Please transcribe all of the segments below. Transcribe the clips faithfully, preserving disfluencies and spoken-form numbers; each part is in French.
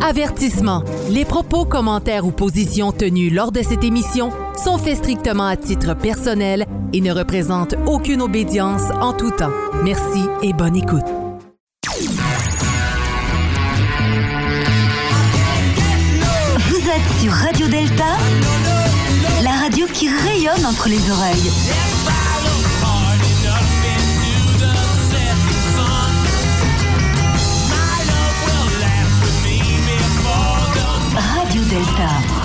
Avertissement. Les propos, commentaires ou positions tenus lors de cette émission sont faits strictement à titre personnel et ne représentent aucune obédience en tout temps. Merci et bonne écoute. Vous êtes sur Radio Delta, la radio qui rayonne entre les oreilles. Radio Delta.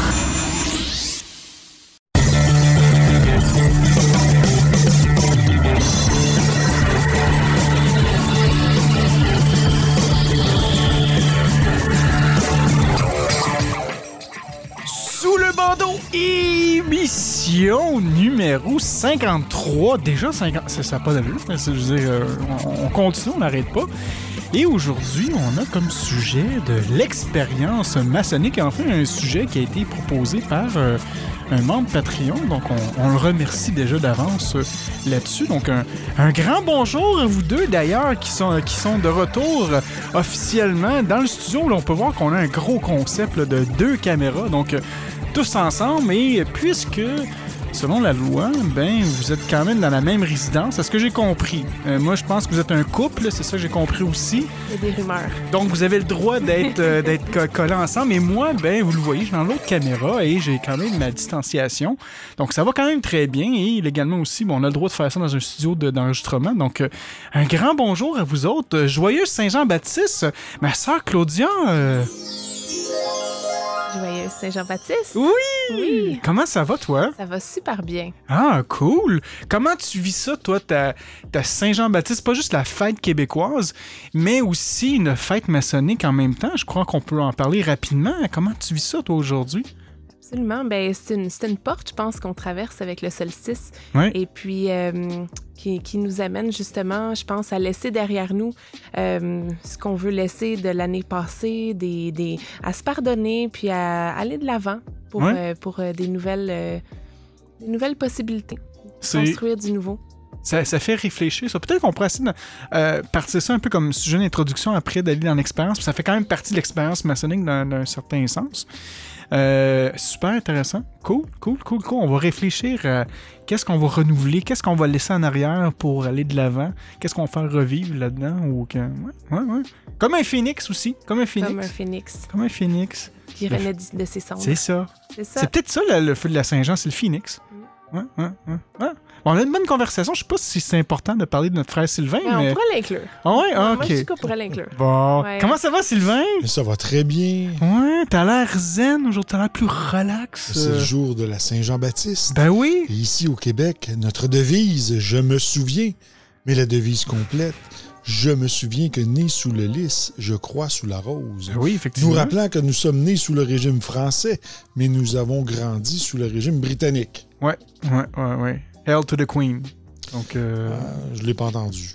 Sous le bandeau, émission numéro cinquante-trois. Déjà cinquante, ça n'a pas d'allure. Je veux dire, on, on continue, on n'arrête pas. Et aujourd'hui, on a comme sujet de l'expérience maçonnique. Enfin, un sujet qui a été proposé par euh, un membre Patreon. Donc, on, on le remercie déjà d'avance euh, là-dessus. Donc, un, un grand bonjour à vous deux, d'ailleurs, qui sont, qui sont de retour euh, officiellement dans le studio. Là, on peut voir qu'on a un gros concept là, de deux caméras. Donc, euh, tous ensemble. Et puisque... selon la loi, ben vous êtes quand même dans la même résidence, c'est ce que j'ai compris. Euh, moi, je pense que vous êtes un couple, c'est ça que j'ai compris aussi. Il y a des rumeurs. Donc, vous avez le droit d'être, euh, d'être co- collés ensemble. Et moi, ben vous le voyez, je suis dans l'autre caméra et j'ai quand même ma distanciation. Donc, ça va quand même très bien. Et légalement aussi, bon, on a le droit de faire ça dans un studio de, d'enregistrement. Donc, euh, un grand bonjour à vous autres. Joyeux Saint-Jean-Baptiste. Ma sœur Claudia... Euh... Joyeux Saint-Jean-Baptiste. Oui! Oui! Comment ça va, toi? Ça va super bien. Ah, cool! Comment tu vis ça, toi, ta, ta Saint-Jean-Baptiste? Pas juste la fête québécoise, mais aussi une fête maçonnique en même temps. Je crois qu'on peut en parler rapidement. Comment tu vis ça, toi, aujourd'hui? Absolument. Ben, c'est une, c'est une porte, je pense, qu'on traverse avec le solstice. Oui. Et puis, euh, qui, qui nous amène justement, je pense, à laisser derrière nous euh, ce qu'on veut laisser de l'année passée, des, des, à se pardonner, puis à aller de l'avant pour, Ouais. euh, pour euh, des, nouvelles, euh, des nouvelles possibilités. C'est... Construire du nouveau. Ça, ça fait réfléchir, ça. Peut-être qu'on pourrait essayer de euh, partir ça un peu comme sujet d'introduction après d'aller dans l'expérience. Puis ça fait quand même partie de l'expérience maçonnique dans, dans un certain sens. Euh, super intéressant. Cool, cool, cool, cool. On va réfléchir à qu'est-ce qu'on va renouveler, qu'est-ce qu'on va laisser en arrière pour aller de l'avant, qu'est-ce qu'on va faire revivre là-dedans. Ou que... ouais, ouais, ouais. Comme un phénix aussi. Comme un phénix. Comme un phénix Comme un phénix. qui renaît de, de ses cendres. C'est ça. C'est ça. C'est peut-être ça le, le feu de la Saint-Jean, c'est le phénix. Ouais, ouais, ouais. ouais. Bon, on a une bonne conversation. Je sais pas si c'est important de parler de notre frère Sylvain, Ouais, mais... on pourrait l'inclure. Ah ouais? Ah, Moi, OK. je dis qu'on pourrait l'inclure. Bon. Ouais. Comment ça va, Sylvain? Mais ça va très bien. Ouais, t'as l'air zen aujourd'hui, t'as l'air plus relax. C'est le jour de la Saint-Jean-Baptiste. Ben oui. Et ici, au Québec, notre devise, je me souviens, mais la devise complète, je me souviens que né sous le lys, je crois sous la rose. Ben oui, effectivement. Nous rappelant que nous sommes nés sous le régime français, mais nous avons grandi sous le régime britannique. Ouais, ouais, ouais, ouais. Hail to the Queen. Donc, euh... Ah, je l'ai pas entendu.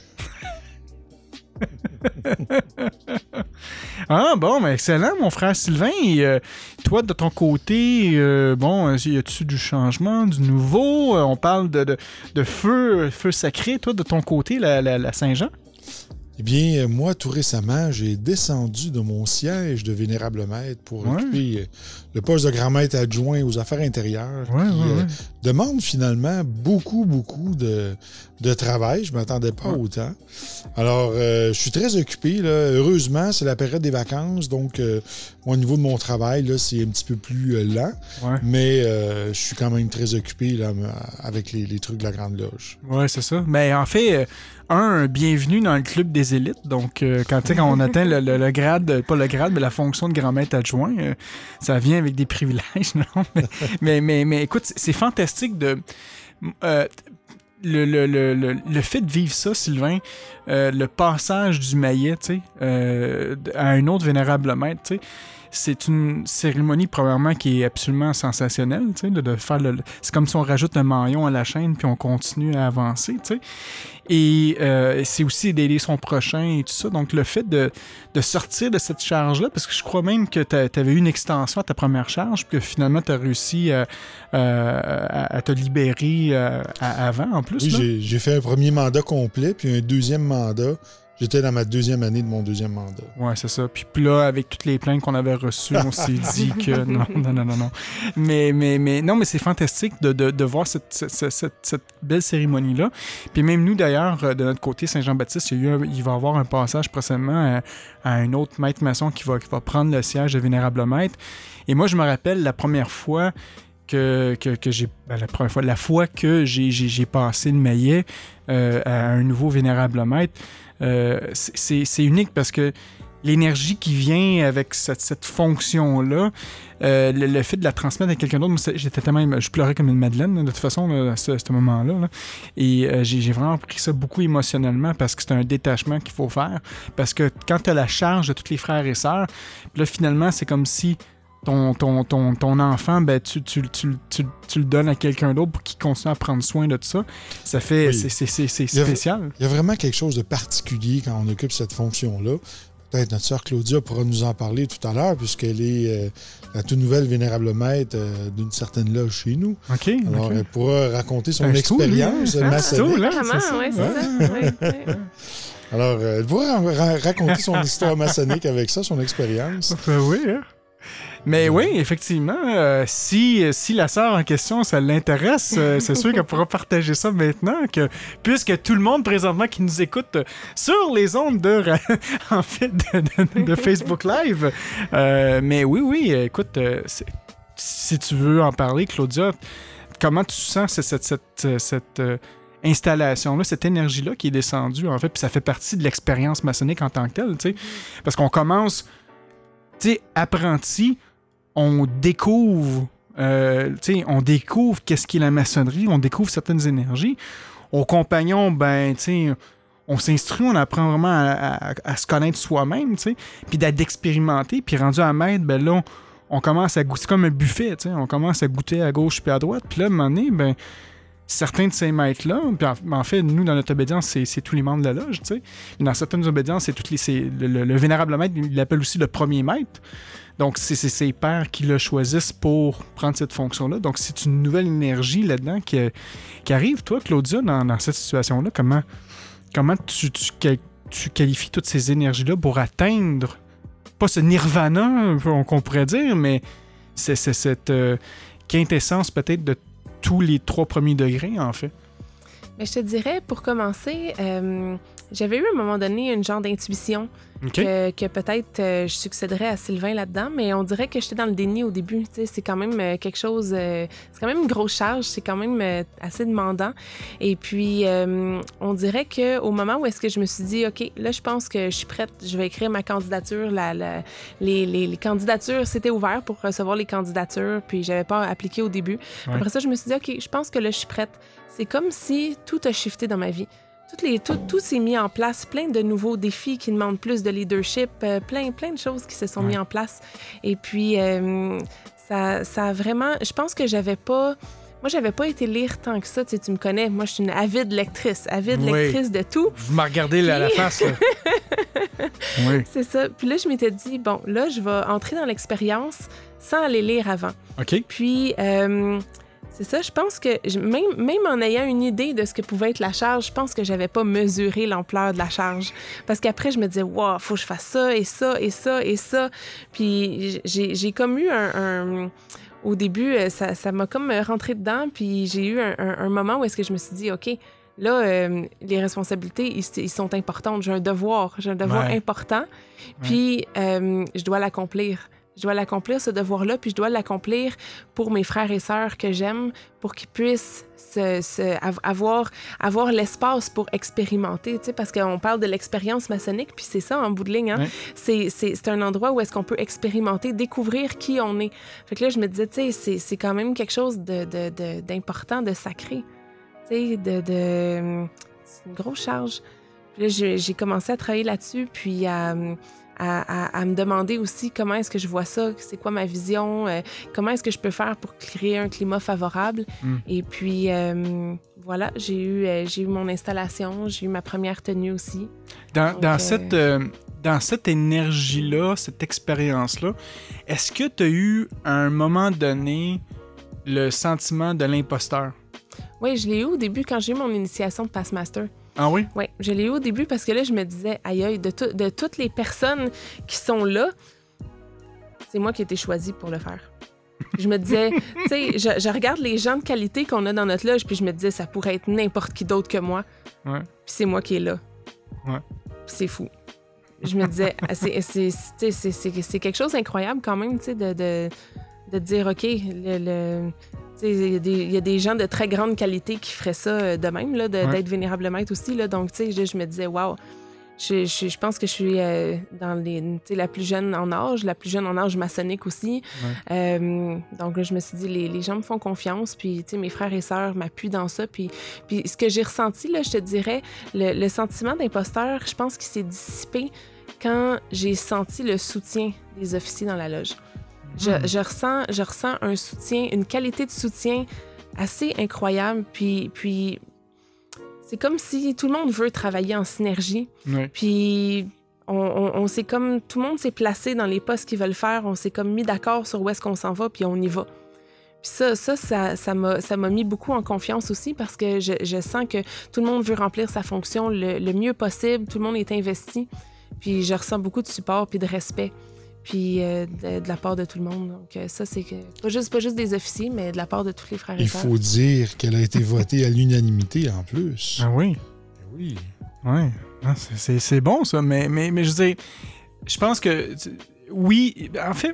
ah, bon, mais excellent, mon frère Sylvain. Et, euh, toi, de ton côté, euh, bon, y a-tu du changement, du nouveau? Euh, on parle de, de, de feu, feu sacré. Toi, de ton côté, la, la, la Saint-Jean? Eh bien, moi, tout récemment, j'ai descendu de mon siège de vénérable maître pour Ouais. occuper le poste de grand maître adjoint aux affaires intérieures. Ouais, qui ouais, euh, ouais. demande finalement beaucoup, beaucoup de, de travail. Je ne m'attendais pas Ouais. autant. Alors, euh, je suis très occupé. Là. Heureusement, c'est la période des vacances. Donc, euh, au niveau de mon travail, là, c'est un petit peu plus euh, lent. Ouais. Mais euh, je suis quand même très occupé là, avec les, les trucs de la Grande Loge. Ouais, c'est ça. Mais en fait, euh, un, bienvenue dans le club des élites. Donc, euh, quand, tu sais, quand on atteint le, le, le grade, pas le grade, mais la fonction de grand maître adjoint, euh, ça vient avec des privilèges, non? Mais, mais, mais, mais écoute, c'est, c'est fantastique de... Euh, le, le, le, le, le fait de vivre ça, Sylvain, euh, le passage du maillet, tu sais, euh, à un autre vénérable maître, tu sais, c'est une cérémonie probablement qui est absolument sensationnelle, tu sais, de, de faire le... C'est comme si on rajoute un maillon à la chaîne puis on continue à avancer, tu sais. Et euh, c'est aussi d'aider son prochain et tout ça. Donc, le fait de, de sortir de cette charge-là, parce que je crois même que tu avais eu une extension à ta première charge, puis que finalement, tu as réussi euh, euh, à, à te libérer euh, à, avant, en plus. Oui, là. j'ai, j'ai fait un premier mandat complet, puis un deuxième mandat. J'étais dans ma deuxième année de mon deuxième mandat. Ouais, c'est ça. Puis, puis là, avec toutes les plaintes qu'on avait reçues, on s'est dit que non, non, non, non, non. Mais, mais, mais, non, mais c'est fantastique de, de, de voir cette, cette, cette, cette belle cérémonie-là. Puis même nous, d'ailleurs, de notre côté, Saint-Jean-Baptiste, il, y a eu un, il va y avoir un passage prochainement à, à un autre maître maçon qui va, qui va prendre le siège de vénérable maître. Et moi, je me rappelle la première fois que, que, que j'ai... Ben, la première fois, la fois que j'ai, j'ai, j'ai passé le maillet euh, à un nouveau vénérable maître, euh, c'est, c'est unique parce que l'énergie qui vient avec cette, cette fonction-là, euh, le, le fait de la transmettre à quelqu'un d'autre, moi, j'étais tellement... Je pleurais comme une madeleine, là, de toute façon, là, à ce, à ce moment-là. Là. Et euh, j'ai, j'ai vraiment pris ça beaucoup émotionnellement parce que c'est un détachement qu'il faut faire. Parce que quand tu as la charge de tous les frères et sœurs, là, finalement, c'est comme si ton, ton, ton, ton enfant, ben, tu, tu, tu, tu, tu le donnes à quelqu'un d'autre pour qu'il continue à prendre soin de tout ça. Ça fait... Oui. C'est, c'est, c'est, c'est spécial. Il y a vraiment quelque chose de particulier quand on occupe cette fonction-là. Peut-être notre sœur Claudia pourra nous en parler tout à l'heure, puisqu'elle est euh, la toute nouvelle vénérable maître euh, d'une certaine loge chez nous. OK. Alors, okay. elle pourra raconter son expérience maçonnique. Oui, c'est ça. Ouais, c'est ça. Ouais, ouais. Alors, euh, elle pourra ra- raconter son histoire maçonnique avec ça, son expérience. Ben oui, hein? Mais oui, effectivement, euh, si, si la sœur en question, ça l'intéresse, euh, c'est sûr qu'elle pourra partager ça maintenant, que, puisque tout le monde présentement qui nous écoute sur les ondes de, en fait, de, de, de Facebook Live. Euh, mais oui, oui, écoute, euh, si tu veux en parler, Claudia, comment tu sens cette, cette, cette, cette euh, installation-là, cette énergie-là qui est descendue, en fait, puis ça fait partie de l'expérience maçonnique en tant que telle, tu sais, parce qu'on commence... Tu sais, apprenti, on découvre, euh, tu sais, on découvre qu'est-ce qu'est la maçonnerie, on découvre certaines énergies. Au compagnon, ben, tu sais, on s'instruit, on apprend vraiment à, à, à se connaître soi-même, tu sais, puis d'expérimenter, puis rendu à maître, ben là, on, on commence à goûter, c'est comme un buffet, tu sais, on commence à goûter à gauche puis à droite, puis là, à un moment donné, ben, certains de ces maîtres-là, puis en, en fait, nous, dans notre obédience, c'est, c'est tous les membres de la loge, tu sais. Dans certaines obédiences, c'est toutes les, c'est le, le, le vénérable maître, il l'appelle aussi le premier maître. Donc, c'est, c'est ses pairs qui le choisissent pour prendre cette fonction-là. Donc, c'est une nouvelle énergie là-dedans qui, qui arrive. Toi, Claudia, dans, dans cette situation-là, comment, comment tu, tu, tu qualifies toutes ces énergies-là pour atteindre, pas ce nirvana, qu'on pourrait dire, mais c'est, c'est cette euh, quintessence peut-être de tous les trois premiers degrés, en fait? Mais je te dirais, pour commencer, euh, j'avais eu à un moment donné une genre d'intuition okay. que, que peut-être euh, je succéderais à Sylvain là-dedans, mais on dirait que j'étais dans le déni au début. Tu sais, c'est quand même euh, quelque chose... Euh, c'est quand même une grosse charge, c'est quand même euh, assez demandant. Et puis, euh, on dirait qu'au moment où est-ce que je me suis dit, OK, là, je pense que je suis prête, je vais écrire ma candidature. La, la, les, les, les candidatures, c'était ouvert pour recevoir les candidatures, puis j'avais pas appliqué au début. Ouais. Après ça, je me suis dit, OK, je pense que là, je suis prête. C'est comme si tout a shifté dans ma vie. Toutes les, tout, tout s'est mis en place, plein de nouveaux défis qui demandent plus de leadership, euh, plein, plein de choses qui se sont ouais. mis en place. Et puis, euh, ça, ça a vraiment... Je pense que j'avais pas... Moi, j'avais pas été lire tant que ça. Tu sais, tu me connais, moi, je suis une avide lectrice, avide oui. lectrice de tout. Vous m'en regardez Puis... la, la face, là. Oui. C'est ça. Puis là, je m'étais dit, bon, là, je vais entrer dans l'expérience sans aller lire avant. OK. Puis... Euh, C'est ça, je pense que je, même, même en ayant une idée de ce que pouvait être la charge, je pense que j'avais pas mesuré l'ampleur de la charge. Parce qu'après, je me disais, wow, faut que je fasse ça et ça et ça et ça. Puis j'ai, j'ai comme eu un... un au début, ça, ça m'a comme rentré dedans, puis j'ai eu un, un, un moment où est-ce que je me suis dit, OK, là, euh, les responsabilités, ils, ils sont importantes. J'ai un devoir, j'ai un devoir ouais. important, puis ouais. euh, je dois l'accomplir. Je dois l'accomplir, ce devoir-là, puis je dois l'accomplir pour mes frères et sœurs que j'aime, pour qu'ils puissent se, se, avoir, avoir l'espace pour expérimenter, tu sais, parce qu'on parle de l'expérience maçonnique, puis c'est ça, en bout de ligne, hein? Oui. C'est, c'est, c'est un endroit où est-ce qu'on peut expérimenter, découvrir qui on est. Fait que là, je me disais, tu sais, c'est, c'est quand même quelque chose de, de, de, d'important, de sacré, tu sais, de, de... C'est une grosse charge. Puis là, j'ai, j'ai commencé à travailler là-dessus, puis à... À, à, à me demander aussi comment est-ce que je vois ça, c'est quoi ma vision, euh, comment est-ce que je peux faire pour créer un climat favorable. Mm. Et puis, euh, voilà, j'ai eu, euh, j'ai eu mon installation, j'ai eu ma première tenue aussi. Dans, Donc, dans, euh... cette, euh, dans cette énergie-là, cette expérience-là, est-ce que tu as eu, à un moment donné, le sentiment de l'imposteur? Oui, je l'ai eu au début quand j'ai eu mon initiation de Passmaster. Ah oui? Oui, je l'ai eu au début parce que là, je me disais, aïe aïe, de, to- de toutes les personnes qui sont là, c'est moi qui ai été choisie pour le faire. Je me disais, tu sais, je, je regarde les gens de qualité qu'on a dans notre loge, puis je me disais, ça pourrait être n'importe qui d'autre que moi. Ouais. Puis c'est moi qui est là. Ouais. Puis c'est fou. Je me disais, ah, c'est, c'est, c'est, c'est, c'est, c'est quelque chose d'incroyable quand même, tu sais, de, de, de dire, OK, le... le il y, y a des gens de très grande qualité qui feraient ça de même, là, de, ouais. d'être vénérable maître aussi. Là. Donc, tu sais, je, je me disais, waouh, je, je, je pense que je suis euh, dans les, la plus jeune en âge, la plus jeune en âge maçonnique aussi. Ouais. Euh, donc, là, je me suis dit, les, les gens me font confiance, puis, tu sais, mes frères et sœurs m'appuient dans ça. Puis, puis ce que j'ai ressenti, là, je te dirais, le, le sentiment d'imposteur, je pense qu'il s'est dissipé quand j'ai senti le soutien des officiers dans la loge. Je, je, ressens, je ressens un soutien, une qualité de soutien assez incroyable. Puis, puis c'est comme si tout le monde veut travailler en synergie. Oui. Puis on, on, on s'est comme... Tout le monde s'est placé dans les postes qu'ils veulent faire. On s'est comme mis d'accord sur où est-ce qu'on s'en va, puis on y va. Puis ça, ça, ça, ça, m'a, ça m'a mis beaucoup en confiance aussi parce que je, je sens que tout le monde veut remplir sa fonction le, le mieux possible. Tout le monde est investi. Puis je ressens beaucoup de support puis de respect. Puis euh, de, de la part de tout le monde. Donc euh, ça, c'est que pas juste, pas juste des officiers, mais de la part de tous les frères et Il sœurs. faut dire qu'elle a été votée à l'unanimité en plus. Ah oui? Oui. Oui. Ah, c'est, c'est, c'est bon, ça. Mais, mais, mais je veux dire, je pense que... Oui, en fait,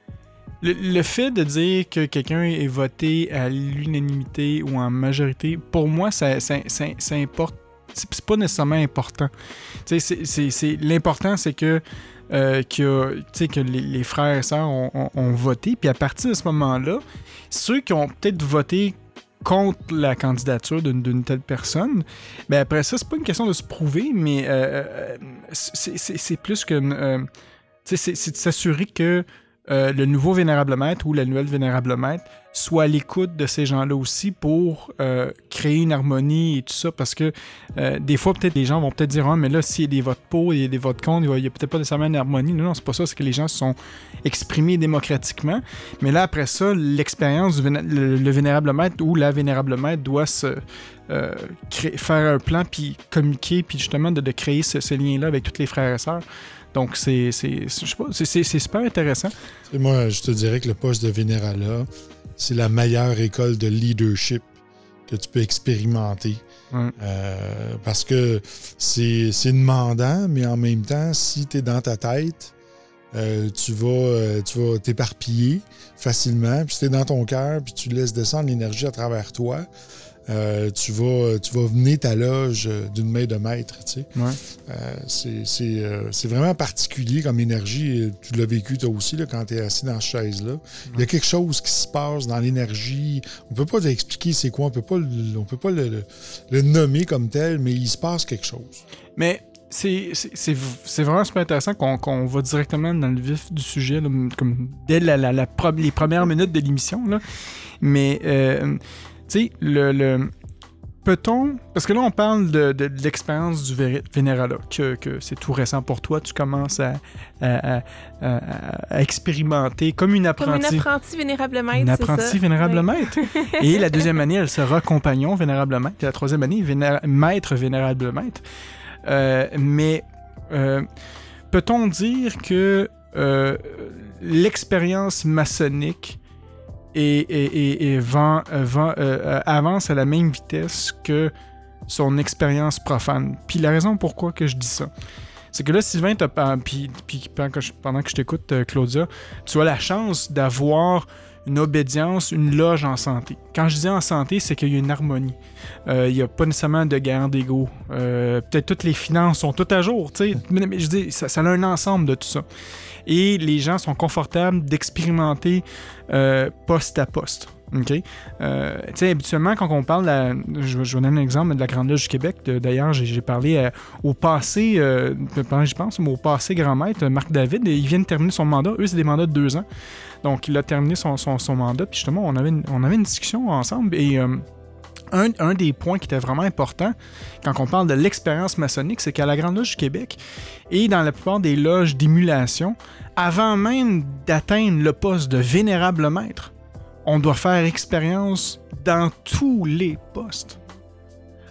le, le fait de dire que quelqu'un est voté à l'unanimité ou en majorité, pour moi, ça, ça, ça, ça importe. C'est, c'est pas nécessairement important. Tu sais, c'est, c'est, c'est, l'important, c'est que Euh, que, que les, les frères et sœurs ont, ont, ont voté. Puis à partir de ce moment-là, ceux qui ont peut-être voté contre la candidature d'une, d'une telle personne, bien après ça, c'est pas une question de se prouver, mais euh, c'est, c'est, c'est plus que... Euh, c'est, c'est de s'assurer que euh, le nouveau vénérable maître ou la nouvelle vénérable maître soit à l'écoute de ces gens-là aussi pour euh, créer une harmonie et tout ça, parce que euh, des fois, peut-être, les gens vont peut-être dire « Ah, mais là, s'il y a des votes pour, il y a des votes contre, il n'y a peut-être pas nécessairement une harmonie. » Non, non, c'est pas ça, c'est que les gens se sont exprimés démocratiquement. Mais là, après ça, l'expérience du véné- le, le vénérable maître ou la vénérable maître doit se euh, créer, faire un plan, puis communiquer, puis justement de, de créer ce, ce lien-là avec tous les frères et sœurs. Donc, c'est, c'est, c'est, je sais pas, c'est, c'est, c'est super intéressant. Et moi, je te dirais que le poste de vénéralat, c'est la meilleure école de leadership que tu peux expérimenter. Ouais. Euh, parce que c'est, c'est demandant, mais en même temps, si tu es dans ta tête, euh, tu, vas, euh, tu vas t'éparpiller facilement. Puis si tu es dans ton cœur, puis tu laisses descendre l'énergie à travers toi, euh, tu, vas, tu vas venir ta loge d'une main de maître. Tu sais. Ouais. Euh, c'est, c'est, euh, c'est vraiment particulier comme énergie. Tu l'as vécu toi aussi là, quand tu es assis dans cette chaise-là. Ouais. Il y a quelque chose qui se passe dans l'énergie. On ne peut pas expliquer c'est quoi, on peut pas, le, on peut pas le, le, le nommer comme tel, mais il se passe quelque chose. Mais c'est, c'est, c'est, c'est vraiment super intéressant qu'on, qu'on va directement dans le vif du sujet, là, comme dès la, la, la pro- les premières minutes de l'émission. Là. Mais... Euh, tu sais, le, le... peut-on... Parce que là, on parle de, de, de l'expérience du vé- vénéralat, que, que c'est tout récent pour toi. Tu commences à, à, à, à, à expérimenter comme une apprentie. Comme une apprentie vénérable maître, Une apprentie c'est ça? vénérable Oui. maître. Et la deuxième année, elle sera compagnon vénérable maître. Et la troisième année, vénéra... maître vénérable maître. Euh, mais euh, peut-on dire que euh, l'expérience maçonnique Et, et, et, et vent, vent, euh, avance à la même vitesse que son expérience profane. Puis la raison pourquoi que je dis ça, c'est que là, Sylvain, t'as, puis, puis pendant, que je, pendant que je t'écoute, euh, Claudia, tu as la chance d'avoir une obédience, une loge en santé. Quand je dis en santé, c'est qu'il y a une harmonie. Euh, il n'y a pas nécessairement de guerre d'ego. Euh, peut-être toutes les finances sont toutes à jour, tu sais. Mais, mais je dis, ça, ça a un ensemble de tout ça. Et les gens sont confortables d'expérimenter euh, poste à poste. OK? Euh, tu sais, habituellement, quand on parle, de la, je, je vais donner un exemple de la Grande Loge du Québec. De, d'ailleurs, j'ai, j'ai parlé à, au passé, euh, pendant j'y pense, mais au passé grand maître, Marc David, et il vient de terminer son mandat. Eux, c'est des mandats de deux ans. Donc, il a terminé son, son, son mandat. Puis justement, on avait une, on avait une discussion ensemble. Et euh, un, un des points qui était vraiment important quand on parle de l'expérience maçonnique, c'est qu'à la Grande Loge du Québec et dans la plupart des loges d'émulation, avant même d'atteindre le poste de vénérable maître, on doit faire expérience dans tous les postes.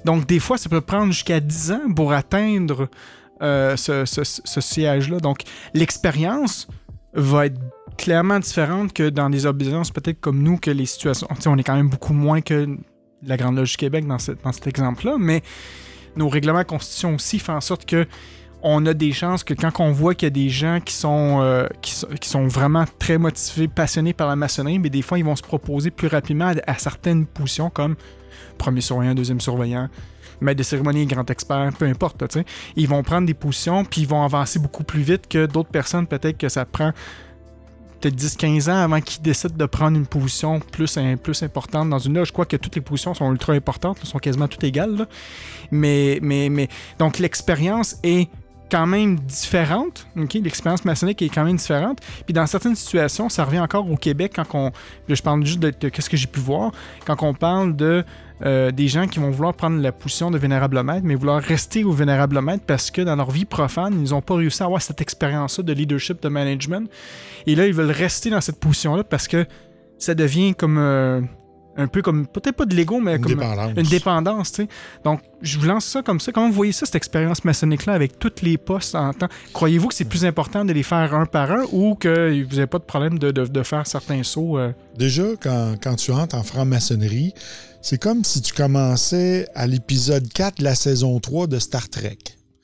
Donc, des fois, ça peut prendre jusqu'à dix ans pour atteindre euh, ce, ce, ce siège-là. Donc, l'expérience va être clairement différente que dans des obédiences peut-être comme nous, que les situations... Tu sais, on est quand même beaucoup moins que la Grande Loge du Québec dans, ce, dans cet exemple-là, mais nos règlements de constitution aussi font en sorte que on a des chances que quand on voit qu'il y a des gens qui sont, euh, qui, so, qui sont vraiment très motivés, passionnés par la maçonnerie, mais des fois, ils vont se proposer plus rapidement à, à certaines positions comme premier surveillant, deuxième surveillant, maître de cérémonie, grand expert, peu importe. Là, ils vont prendre des positions puis ils vont avancer beaucoup plus vite que d'autres personnes. Peut-être que ça prend peut-être dix à quinze ans avant qu'ils décident de prendre une position plus, un, plus importante dans une loge. Je crois que toutes les positions sont ultra importantes, là, sont quasiment toutes égales. Là. Mais, mais, mais, donc, l'expérience est quand même différente. Okay? L'expérience maçonnique est quand même différente. Puis dans certaines situations, ça revient encore au Québec quand on... Là, je parle juste de, de, de ce que j'ai pu voir. Quand on parle de euh, des gens qui vont vouloir prendre la position de vénérable maître, mais vouloir rester au vénérable maître parce que dans leur vie profane, ils n'ont pas réussi à avoir cette expérience-là de leadership, de management. Et là, ils veulent rester dans cette position-là parce que ça devient comme... Euh, un peu comme, peut-être pas de l'ego, mais une comme dépendance. une dépendance, tu sais. Donc, je vous lance ça comme ça. Comment vous voyez ça, cette expérience maçonnique-là, avec tous les postes en temps? Croyez-vous que c'est plus important de les faire un par un ou que vous n'avez pas de problème de, de, de faire certains sauts? Euh... Déjà, quand, quand tu entres en franc-maçonnerie, c'est comme si tu commençais à l'épisode quatre de la saison trois de Star Trek.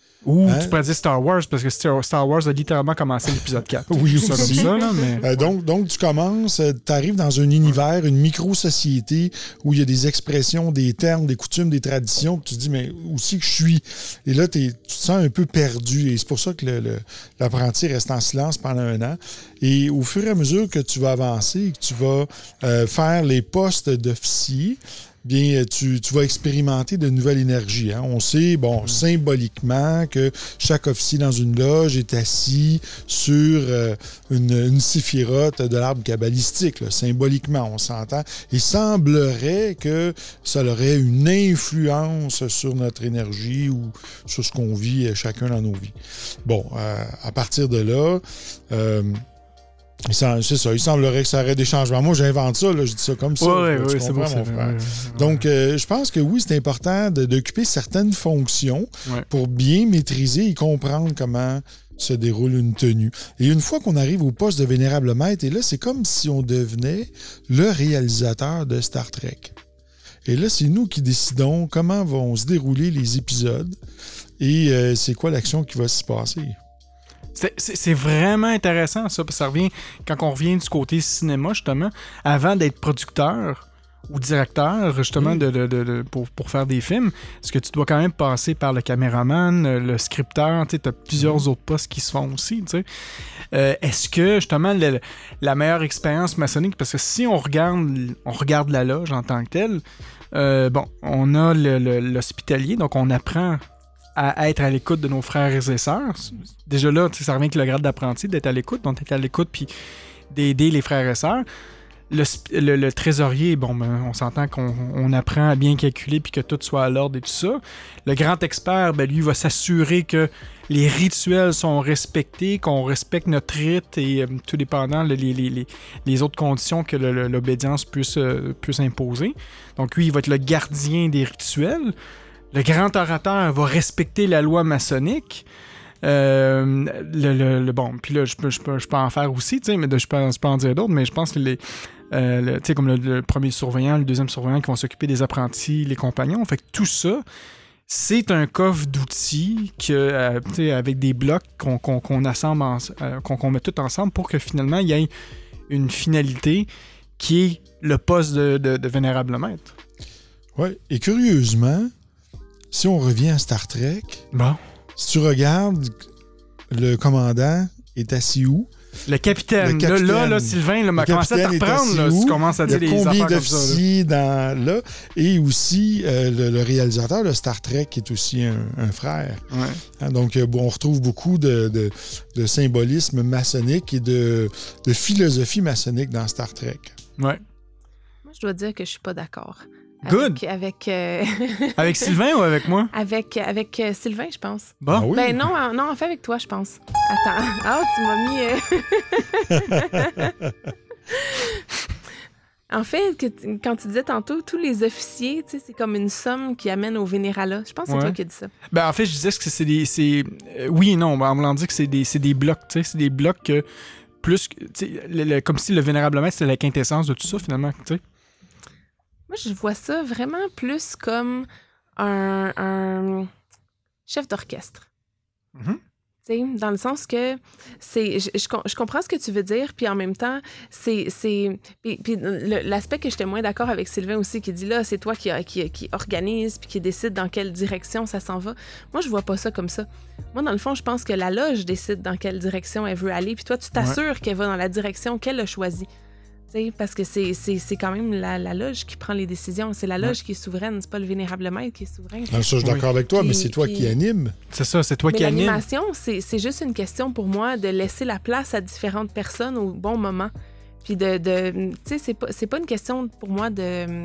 Ou hein? tu pourrais dire Star Wars, parce que Star Wars a littéralement commencé l'épisode quatre. Oui, ça aussi. Comme ça, là, mais... euh, donc, donc, tu commences, tu arrives dans un univers, une micro-société où il y a des expressions, des termes, des coutumes, des traditions, que tu te dis, mais où c'est que je suis? Et là, t'es, tu te sens un peu perdu. Et c'est pour ça que le, le, l'apprenti reste en silence pendant un an. Et au fur et à mesure que tu vas avancer et que tu vas euh, faire les postes d'officier, bien, tu, tu vas expérimenter de nouvelles énergies. Hein. On sait, bon, mmh. symboliquement, que chaque officier dans une loge est assis sur euh, une, une séphirote de l'arbre kabbalistique. Là. Symboliquement, on s'entend. Il semblerait que ça aurait une influence sur notre énergie ou sur ce qu'on vit chacun dans nos vies. Bon, euh, à partir de là... Euh, C'est ça, il semblerait que ça aurait des changements. Moi, j'invente ça, là, je dis ça comme ça. Oui, là, oui, tu c'est comprends, bon, mon c'est frère. vrai. Donc, euh, je pense que oui, c'est important de, d'occuper certaines fonctions ouais. pour bien maîtriser et comprendre comment se déroule une tenue. Et une fois qu'on arrive au poste de vénérable maître, et là, c'est comme si on devenait le réalisateur de Star Trek. Et là, c'est nous qui décidons comment vont se dérouler les épisodes et euh, c'est quoi l'action qui va s'y passer. C'est, c'est, c'est vraiment intéressant, ça, parce que ça revient, quand on revient du côté cinéma, justement, avant d'être producteur ou directeur, justement, mmh. de, de, de, de, pour, pour faire des films, parce que tu dois quand même passer par le caméraman, le scripteur, tu as plusieurs mmh. autres postes qui se font aussi, tu sais. Euh, est-ce que, justement, le, la meilleure expérience maçonnique, parce que si on regarde, on regarde la loge en tant que telle, euh, bon, on a le, le, l'hospitalier, donc on apprend à être à l'écoute de nos frères et sœurs. Déjà là, ça revient avec le grade d'apprenti, d'être à l'écoute, donc d'être à l'écoute puis d'aider les frères et sœurs. Le, le, le trésorier, bon, ben, on s'entend qu'on on apprend à bien calculer puis que tout soit à l'ordre et tout ça. Le grand expert, ben, lui, va s'assurer que les rituels sont respectés, qu'on respecte notre rite et euh, tout dépendant les, les, les, les autres conditions que le, le, l'obédience puisse, euh, puisse imposer. Donc lui, il va être le gardien des rituels. Le grand orateur va respecter la loi maçonnique. Euh, le, le, le, bon, puis là, je peux, je, peux, je peux en faire aussi, mais de, je, peux, je peux en dire d'autres, mais je pense que les, euh, le, tu sais, comme le, le premier surveillant, le deuxième surveillant qui vont s'occuper des apprentis, les compagnons. Fait que tout ça, c'est un coffre d'outils que, euh, tu sais, avec des blocs qu'on, qu'on, qu'on assemble, en, euh, qu'on, qu'on met tout ensemble pour que finalement, il y ait une finalité qui est le poste de, de, de vénérable maître. Oui, et curieusement, si on revient à Star Trek, bon. Si tu regardes, le commandant est assis où? Le capitaine. Le capitaine. Là, là, là, Sylvain là, m'a commencé à te reprendre. Là, si tu commences à dire des affaires comme ça. D'officiers dans là. Et aussi, euh, le, le réalisateur de Star Trek est aussi un, un frère. Ouais. Hein, donc, euh, bon, on retrouve beaucoup de, de, de symbolisme maçonnique et de, de philosophie maçonnique dans Star Trek. Ouais. Moi, je dois dire que je suis pas d'accord. Good. Avec, avec, euh... avec Sylvain ou avec moi? Avec, avec euh, Sylvain, je pense. Bon. Ah oui? Ben non, non, en fait avec toi, je pense. Attends. Ah, tu m'as mis... Euh... en fait, que, quand tu disais tantôt, tous les officiers, tu sais, c'est comme une somme qui amène au vénéralat. Je pense que c'est Ouais. toi qui as dit ça. Ben, en fait, je disais que c'est des... C'est, euh, oui et non, ben, on me l'a dit que c'est des, c'est des blocs, tu sais, c'est des blocs que plus... que- tu sais, le- le- comme si le vénérable maître, c'était la quintessence de tout ça, finalement, tu sais. Moi, je vois ça vraiment plus comme un, un chef d'orchestre. Mhm. Tu sais, dans le sens que c'est, je, je, com- je comprends ce que tu veux dire, puis en même temps, c'est, c'est puis, puis le- l'aspect que j'étais moins d'accord avec Sylvain aussi, qui dit là, c'est toi qui, qui, qui organise puis qui décide dans quelle direction ça s'en va. Moi, je vois pas ça comme ça. Moi, dans le fond, je pense que la loge décide dans quelle direction elle veut aller, puis toi, tu t'assures ouais. qu'elle va dans la direction qu'elle a choisie. T'sais, parce que c'est, c'est, c'est quand même la, la loge qui prend les décisions. C'est la loge ouais. qui est souveraine, c'est pas le vénérable maître qui est souverain. Non, ça, je suis d'accord oui. avec toi, puis, mais c'est toi puis... qui anime. C'est ça, c'est toi mais qui anime. L'animation, c'est, c'est juste une question pour moi de laisser la place à différentes personnes au bon moment. Puis de... de tu sais, c'est pas, c'est pas une question pour moi de...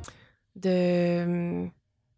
de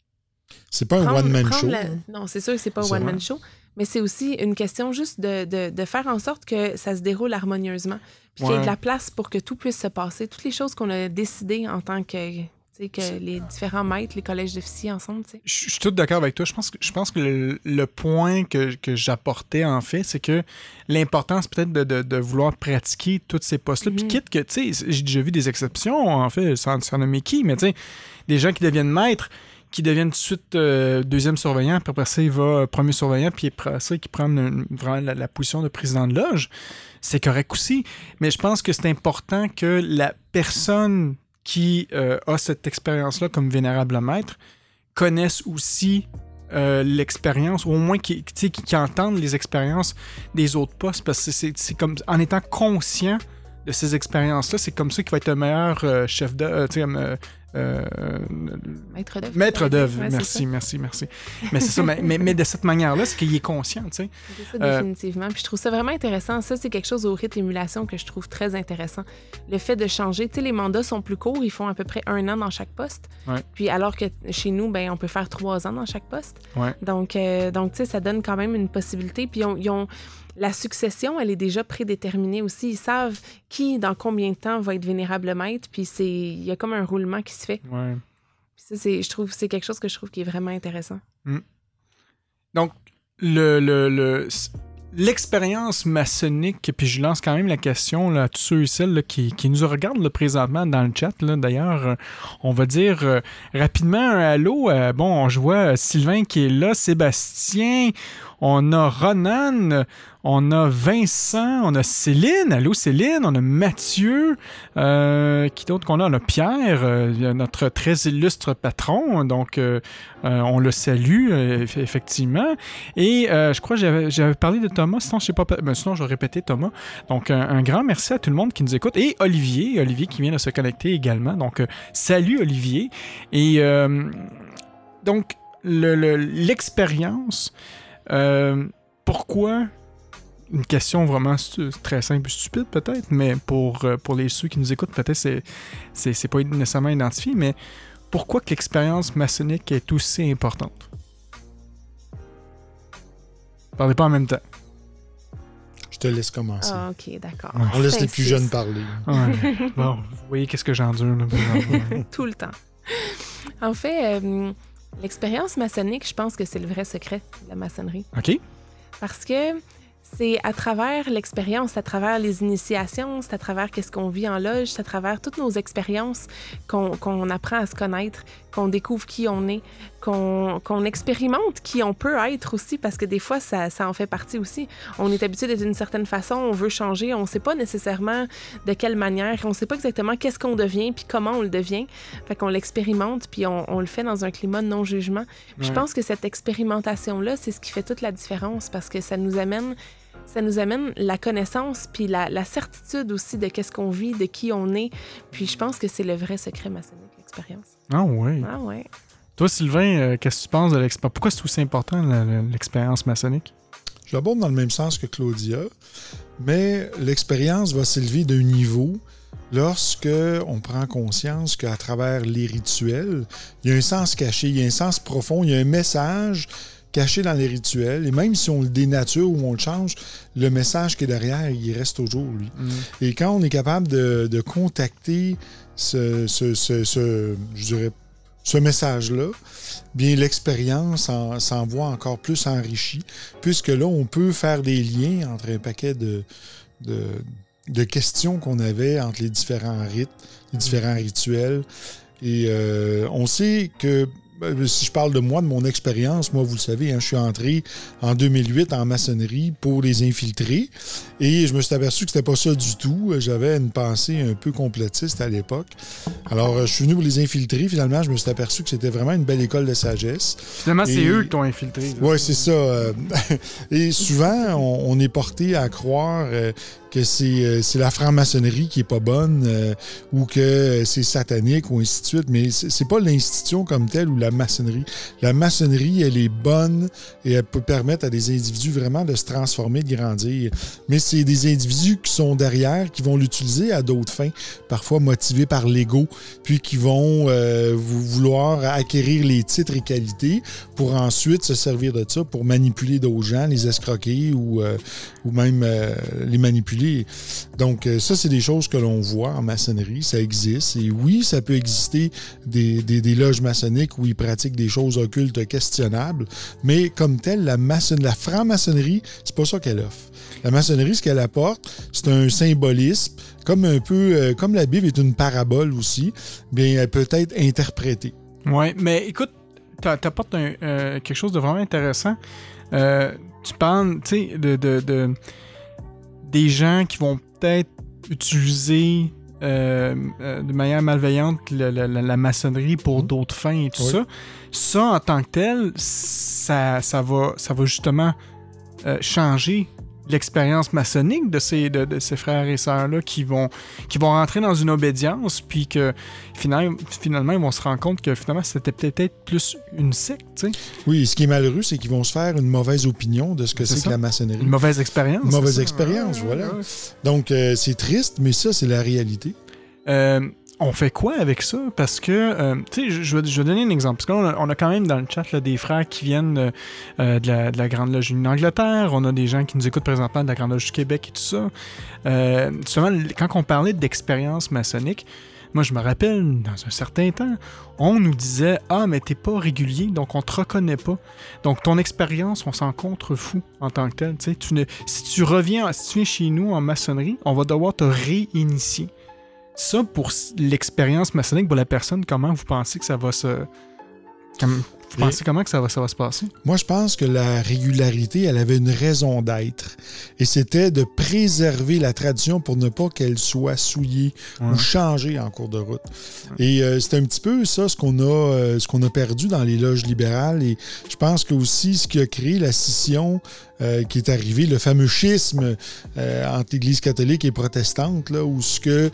c'est pas un prendre, one-man show. La... Non, c'est sûr que c'est pas un c'est one-man vrai. show. Mais c'est aussi une question juste de, de, de faire en sorte que ça se déroule harmonieusement. Puis ouais. qu'il y ait de la place pour que tout puisse se passer. Toutes les choses qu'on a décidées en tant que, que les différents maîtres, les collèges d'officiers ensemble. T'sais. Je suis tout d'accord avec toi. Je pense que, je pense que le, le point que, que j'apportais, en fait, c'est que l'importance peut-être de, de, de vouloir pratiquer tous ces postes-là. Mm-hmm. Puis quitte que, tu sais, j'ai déjà vu des exceptions, en fait, sans, sans nommer qui, mais tu sais, des gens qui deviennent maîtres, qui deviennent tout de suite euh, deuxième surveillant, puis après ça, il va euh, premier surveillant, puis après ça, qui prend une, vraiment la, la position de président de loge. C'est correct aussi, mais je pense que c'est important que la personne qui euh, a cette expérience-là comme vénérable maître connaisse aussi euh, l'expérience, ou au moins qui, qui, qui entendent les expériences des autres postes, parce que c'est, c'est comme en étant conscient de ces expériences-là, c'est comme ça qu'il va être le meilleur euh, chef de... Euh, tu sais, euh, Euh, maître d'œuvre. Maître d'œuvre, ouais, merci, merci, merci. Mais c'est ça, mais, mais, mais de cette manière-là, c'est qu'il est conscient, tu sais. C'est ça, définitivement. Euh, Puis je trouve ça vraiment intéressant. Ça, c'est quelque chose au rythme émulation que je trouve très intéressant. Le fait de changer, tu sais, les mandats sont plus courts, ils font à peu près un an dans chaque poste. Ouais. Puis alors que chez nous, ben, on peut faire trois ans dans chaque poste. Ouais. Donc, euh, donc tu sais, ça donne quand même une possibilité. Puis ils ont, ils ont la succession, elle est déjà prédéterminée aussi. Ils savent qui, dans combien de temps, va être vénérable maître. Puis c'est, il y a comme un roulement qui se fait. Ouais. Puis ça, c'est, je trouve, c'est quelque chose que je trouve qui est vraiment intéressant. Mm. Donc, le, le, le, l'expérience maçonnique, puis je lance quand même la question là, à tous ceux et celles là, qui, qui nous regardent là, présentement dans le chat. Là, d'ailleurs, euh, on va dire euh, rapidement un allô. Euh, bon, je vois Sylvain qui est là, Sébastien, on a Ronan, on a Vincent, on a Céline. Allô Céline, on a Mathieu. Euh, qui d'autre qu'on a? On a Pierre, euh, notre très illustre patron. Donc, euh, euh, on le salue, euh, effectivement. Et euh, je crois que j'avais, j'avais parlé de Thomas, sinon je sais pas, ben, sinon je vais répéter Thomas. Donc, un, un grand merci à tout le monde qui nous écoute. Et Olivier, Olivier qui vient de se connecter également. Donc, euh, salut Olivier. Et euh, donc, le, le, l'expérience... Euh, pourquoi? Une question vraiment stu- très simple et stupide peut-être, mais pour, euh, pour les ceux qui nous écoutent, peut-être c'est, c'est, c'est pas nécessairement identifié, mais pourquoi que l'expérience maçonnique est aussi importante? Parlez pas en même temps. Je te laisse commencer. Ah, ok, d'accord. Ouais. On laisse les plus jeunes parler. Ouais. Bon, vous voyez qu'est-ce que j'endure là, tout le temps. En fait... Euh... L'expérience maçonnique, je pense que c'est le vrai secret de la maçonnerie. OK. Parce que c'est à travers l'expérience, à travers les initiations, c'est à travers qu'est-ce qu'on vit en loge, c'est à travers toutes nos expériences qu'on, qu'on apprend à se connaître, qu'on découvre qui on est, qu'on, qu'on expérimente qui on peut être aussi, parce que des fois, ça, ça en fait partie aussi. On est habitué d'être d'une certaine façon, on veut changer, on ne sait pas nécessairement de quelle manière, on ne sait pas exactement qu'est-ce qu'on devient puis comment on le devient. Fait qu'on l'expérimente puis on, on le fait dans un climat de non-jugement. Puis ouais. Je pense que cette expérimentation-là, c'est ce qui fait toute la différence, parce que ça nous amène... Ça nous amène la connaissance puis la, la certitude aussi de qu'est-ce qu'on vit, de qui on est. Puis je pense que c'est le vrai secret maçonnique, l'expérience. Ah oui. Ah ouais. Toi, Sylvain, euh, qu'est-ce que tu penses de l'expérience? Pourquoi c'est aussi important, la, la, l'expérience maçonnique? Je l'aborde dans le même sens que Claudia, mais l'expérience va s'élever d'un niveau lorsque on prend conscience qu'à travers les rituels, il y a un sens caché, il y a un sens profond, il y a un message caché dans les rituels. Et même si on le dénature ou on le change, le message qui est derrière, il reste toujours, lui. Mm. Et quand on est capable de, de contacter ce, ce, ce, ce, je dirais, ce message-là, bien l'expérience en, s'en voit encore plus enrichie, puisque là, on peut faire des liens entre un paquet de, de, de questions qu'on avait entre les différents rites, les différents rituels. Et euh, on sait que, si je parle de moi, de mon expérience, moi, vous le savez, hein, je suis entré en deux mille huit en maçonnerie pour les infiltrer. Et je me suis aperçu que c'était pas ça du tout. J'avais une pensée un peu complotiste à l'époque. Alors, je suis venu pour les infiltrer. Finalement, je me suis aperçu que c'était vraiment une belle école de sagesse. Finalement, et... c'est eux qui t'ont infiltré. Oui, c'est ça. Et souvent, on, on est porté à croire que c'est, euh, c'est la franc-maçonnerie qui est pas bonne euh, ou que c'est satanique ou ainsi de suite. Mais c'est, c'est pas l'institution comme telle ou la maçonnerie. La maçonnerie, elle est bonne et elle peut permettre à des individus vraiment de se transformer, de grandir. Mais c'est des individus qui sont derrière, qui vont l'utiliser à d'autres fins, parfois motivés par l'ego, puis qui vont euh, vouloir acquérir les titres et qualités pour ensuite se servir de ça pour manipuler d'autres gens, les escroquer ou, euh, ou même euh, les manipuler. Donc, ça, c'est des choses que l'on voit en maçonnerie. Ça existe. Et oui, ça peut exister des, des, des loges maçonniques où ils pratiquent des choses occultes questionnables. Mais comme telle, la, maçon- la franc-maçonnerie, c'est pas ça qu'elle offre. La maçonnerie, ce qu'elle apporte, c'est un symbolisme, comme un peu, euh, comme la Bible est une parabole aussi, bien, elle peut être interprétée. Oui, mais écoute, tu apportes un, euh, quelque chose de vraiment intéressant. Euh, tu parles, tu sais, de... de, de des gens qui vont peut-être utiliser euh, euh, de manière malveillante la, la, la maçonnerie pour mmh. d'autres fins et tout oui. ça. Ça, en tant que tel, ça, ça, va, ça va justement euh, changer l'expérience maçonnique de ces, de, de ces frères et sœurs-là qui vont, qui vont rentrer dans une obédience, puis que finalement, finalement, ils vont se rendre compte que finalement, c'était peut-être plus une secte, tu sais. Oui, ce qui est malheureux, c'est qu'ils vont se faire une mauvaise opinion de ce que c'est, c'est que la maçonnerie. Une mauvaise expérience. Une mauvaise expérience, ouais, voilà. Ouais, ouais. Donc, euh, c'est triste, mais ça, c'est la réalité. Euh... On fait quoi avec ça? Parce que, euh, tu sais, je vais, je vais donner un exemple. Parce qu'on a, on a quand même dans le chat là, des frères qui viennent euh, de, la, de la Grande Loge en Angleterre. On a des gens qui nous écoutent présentement de la Grande Loge du Québec et tout ça. Euh, seulement, quand on parlait d'expérience maçonnique, moi, je me rappelle, dans un certain temps, on nous disait « Ah, mais t'es pas régulier, donc on te reconnaît pas. Donc, ton expérience, on s'en contrefou en tant que tel. Tu ne, si tu reviens, si tu viens chez nous en maçonnerie, on va devoir te réinitier. » Ça, pour l'expérience maçonnique, pour la personne, comment vous pensez que ça va se... Comme... Vous pensez Et comment que ça va, ça va se passer? Moi, je pense que la régularité, elle avait une raison d'être. Et c'était de préserver la tradition pour ne pas qu'elle soit souillée ouais. ou changée en cours de route. Ouais. Et euh, c'est un petit peu ça, ce qu'on a, euh, ce qu'on a perdu dans les loges libérales. Et je pense que aussi, ce qui a créé la scission euh, qui est arrivée, le fameux schisme euh, entre l'Église catholique et protestante, là, où ce que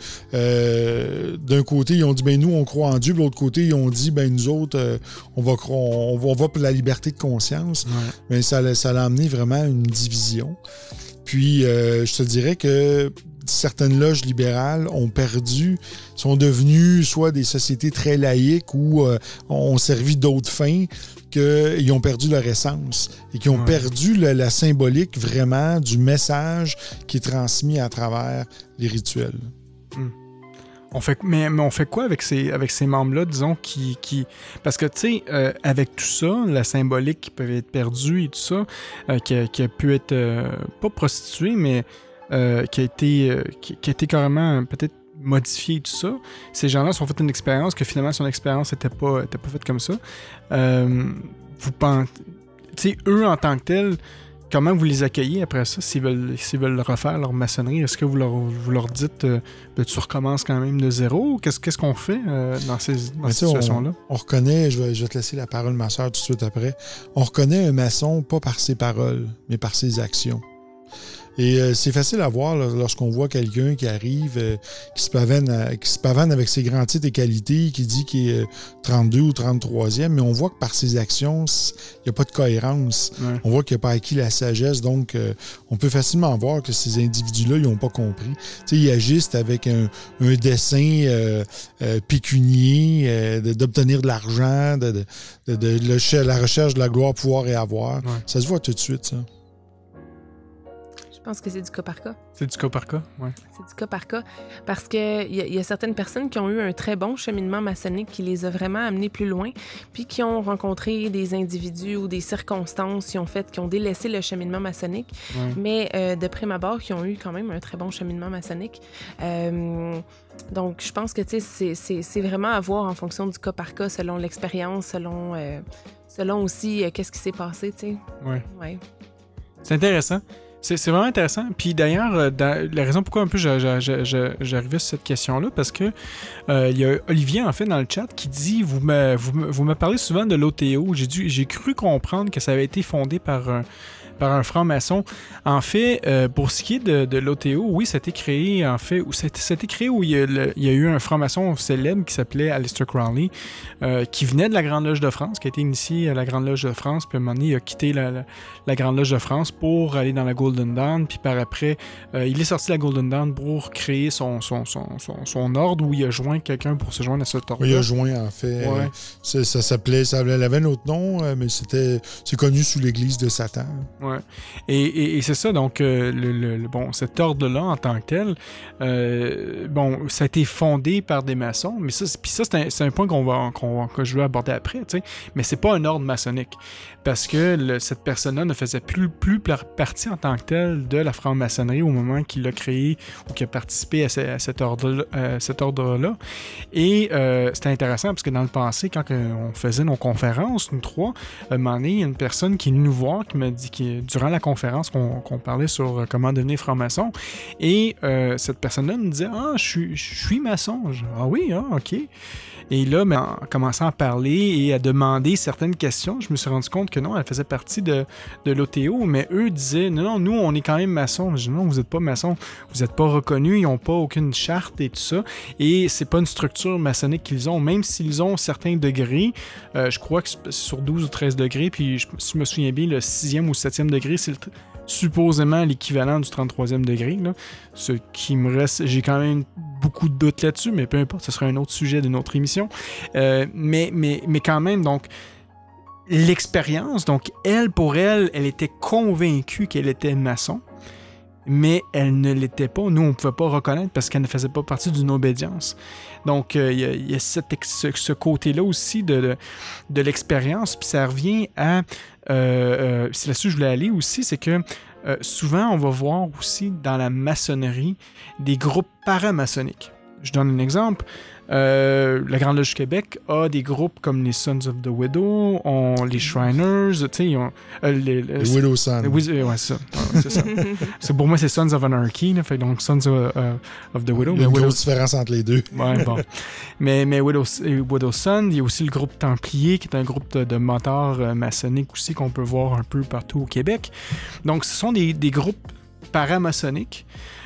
euh, d'un côté, ils ont dit, ben nous, on croit en Dieu, de l'autre côté, ils ont dit, ben nous autres, euh, on va croire. On va, on va pour la liberté de conscience, ouais. mais ça, ça a amené vraiment une division. Puis, euh, je te dirais que certaines loges libérales ont perdu, sont devenues soit des sociétés très laïques ou euh, ont servi d'autres fins, qu'ils ont perdu leur essence et qui ont ouais. perdu le, la symbolique vraiment du message qui est transmis à travers les rituels. Mm. On fait, mais, mais on fait quoi avec ces, avec ces membres-là, disons, qui... qui parce que, tu sais, euh, avec tout ça, la symbolique qui peut être perdue et tout ça, euh, qui, a, qui a pu être, euh, pas prostituée, mais euh, qui, a été, euh, qui, qui a été carrément peut-être modifiée et tout ça, ces gens-là sont fait une expérience que finalement, son expérience n'était pas, était pas faite comme ça. Euh, vous pensez... Tu sais, eux, en tant que tels... Comment vous les accueillez après ça, s'ils veulent, s'ils veulent refaire leur maçonnerie? Est-ce que vous leur, vous leur dites euh, ben, tu recommences quand même de zéro? Qu'est-ce, qu'est-ce qu'on fait euh, dans ces, dans ces situations-là? On, on reconnaît, je vais, je vais te laisser la parole, ma soeur, tout de suite après. On reconnaît un maçon pas par ses paroles, mais par ses actions. Et euh, c'est facile à voir là, lorsqu'on voit quelqu'un qui arrive, euh, qui, se pavane à, qui se pavane avec ses grands titres et qualités, qui dit qu'il est trente-deux ou trente-troisième, mais on voit que par ses actions, il n'y a pas de cohérence. Ouais. On voit qu'il n'a pas acquis la sagesse. Donc, euh, on peut facilement voir que ces individus-là, ils n'ont pas compris. Tu sais, ils agissent avec un, un dessin euh, euh, pécunier, euh, de, d'obtenir de l'argent, de, de, de, de, de la recherche de la gloire, pouvoir et avoir. Ouais. Ça se voit tout de suite, ça. Je pense que c'est du cas par cas. C'est du cas par cas, oui. C'est du cas par cas. Parce qu'il y, y a certaines personnes qui ont eu un très bon cheminement maçonnique qui les a vraiment amenés plus loin, puis qui ont rencontré des individus ou des circonstances qui ont fait, qui ont délaissé le cheminement maçonnique, ouais. mais euh, de prime abord, qui ont eu quand même un très bon cheminement maçonnique. Euh, donc, je pense que c'est, c'est, c'est vraiment à voir en fonction du cas par cas, selon l'expérience, selon, euh, selon aussi euh, qu'est-ce qui s'est passé, tu sais. Oui. Ouais. C'est intéressant. C'est, c'est vraiment intéressant. Puis d'ailleurs, dans, la raison pourquoi un peu j'arrivais sur cette question-là, parce que euh, il y a Olivier, en fait, dans le chat, qui dit, vous me, vous me, vous me parlez souvent de l'O T O. J'ai, dû, j'ai cru comprendre que ça avait été fondé par un, par un franc-maçon. En fait, euh, pour ce qui est de, de l'O T O, oui, ça a été créé, en fait, ou c'était, c'était créé où il y, a le, il y a eu un franc-maçon célèbre qui s'appelait Aleister Crowley, euh, qui venait de la Grande Loge de France, qui a été initié à la Grande Loge de France, puis à un moment donné, il a quitté la, la, la Grande Loge de France pour aller dans la Golden Dawn, puis par après, euh, il est sorti de la Golden Dawn pour créer son, son, son, son, son ordre, où il a joint quelqu'un pour se joindre à cet ordre. Oui, il a joint, en fait. Ouais. Euh, ça, ça s'appelait, ça avait un autre nom, euh, mais c'était, c'est connu sous l'Église de Satan. Ouais. Et, et, et c'est ça, donc, euh, le, le, le, bon, cet ordre-là, en tant que tel, euh, bon, ça a été fondé par des maçons, mais ça, puis ça, c'est un, c'est un point qu'on va, qu'on, que je veux aborder après, tu sais, mais c'est pas un ordre maçonnique, parce que le, cette personne-là ne faisait plus, plus partie en tant que telle de la franc-maçonnerie au moment qu'il a créé ou qu'il a participé à, ce, à cet ordre-là. Euh, cet ordre-là. Et euh, c'était intéressant, parce que dans le passé, quand on faisait nos conférences, nous trois, à un moment donné, il y a une personne qui est venue nous voir, qui m'a dit, qui, durant la conférence qu'on, qu'on parlait sur comment devenir franc-maçon, et euh, cette personne-là me disait « Ah, je suis, je suis maçon. » Je, ah oui, ah, OK. Et là, ben, en commençant à parler et à demander certaines questions, je me suis rendu compte que non, elle faisait partie de, de l'O T O, mais eux disaient « Non, non, nous, on est quand même maçons. » Je dis « Non, vous n'êtes pas maçons. Vous n'êtes pas reconnus. Ils n'ont pas aucune charte et tout ça. Et c'est pas une structure maçonnique qu'ils ont, même s'ils ont certains degrés. Euh, je crois que c'est sur douze ou treize degrés, puis je, si je me souviens bien, le sixième ou septième degré, c'est le supposément l'équivalent du trente-troisième degré. Là. Ce qui me reste, j'ai quand même beaucoup de doutes là-dessus, mais peu importe, ce sera un autre sujet d'une autre émission. Euh, mais, mais, mais quand même, donc, l'expérience, donc, elle, pour elle, elle était convaincue qu'elle était maçon, mais elle ne l'était pas. Nous, on ne pouvait pas reconnaître parce qu'elle ne faisait pas partie d'une obédience. Donc, il euh, y a, y a cette, ce, ce côté-là aussi de, de, de l'expérience, puis ça revient à... Euh, euh, c'est là-dessus que je voulais aller aussi, c'est que euh, souvent, on va voir aussi dans la maçonnerie des groupes paramaçonniques. Je donne un exemple. Euh, la Grande Loge du Québec a des groupes comme les Sons of the Widow, ont les Shriners, tu sais, ils ont... Euh, les, les, les Widow Sons. Oui, ouais, c'est ça. Ouais, c'est ça. C'est, pour moi, c'est Sons of Anarchy, là, fait donc Sons of, uh, of the Widow. Il y a une Widow... grosse différence entre les deux. Ouais, bon. mais mais Widow, Widow Son, il y a aussi le groupe Templier, qui est un groupe de, de mentors euh, maçonniques aussi, qu'on peut voir un peu partout au Québec. Donc, ce sont des, des groupes paramaçonniques.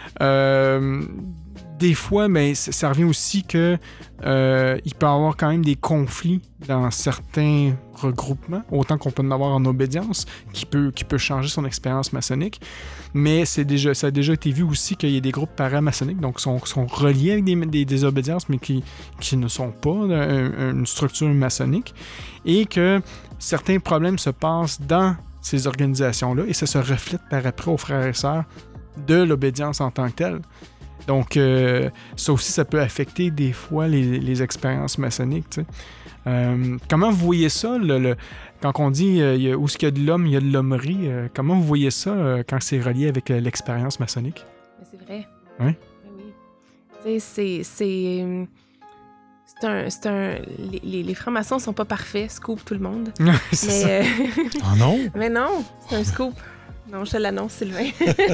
Euh... Des fois, mais ça revient aussi que euh, il peut y avoir quand même des conflits dans certains regroupements, autant qu'on peut en avoir en obédience, qui peut, qui peut changer son expérience maçonnique. Mais c'est déjà, ça a déjà été vu aussi qu'il y a des groupes paramaçonniques, donc sont, sont reliés avec des, des, des obédiences, mais qui, qui ne sont pas une, une structure maçonnique, et que certains problèmes se passent dans ces organisations-là, et ça se reflète par après aux frères et sœurs de l'obédience en tant que telle. Donc, euh, ça aussi, ça peut affecter des fois les, les expériences maçonniques. Tu sais. Euh, comment vous voyez ça, le, le, quand on dit euh, y a, où est-ce qu'il y a de l'homme, il y a de l'hommerie, euh, comment vous voyez ça euh, quand c'est relié avec euh, l'expérience maçonnique? Mais c'est vrai. Oui? Oui. Tu sais, c'est... c'est... C'est un, c'est un, les, les francs-maçons sont pas parfaits, scoop tout le monde. c'est mais, ça. Euh... Ah non? Mais non, c'est un scoop. Non, je te l'annonce, Sylvain.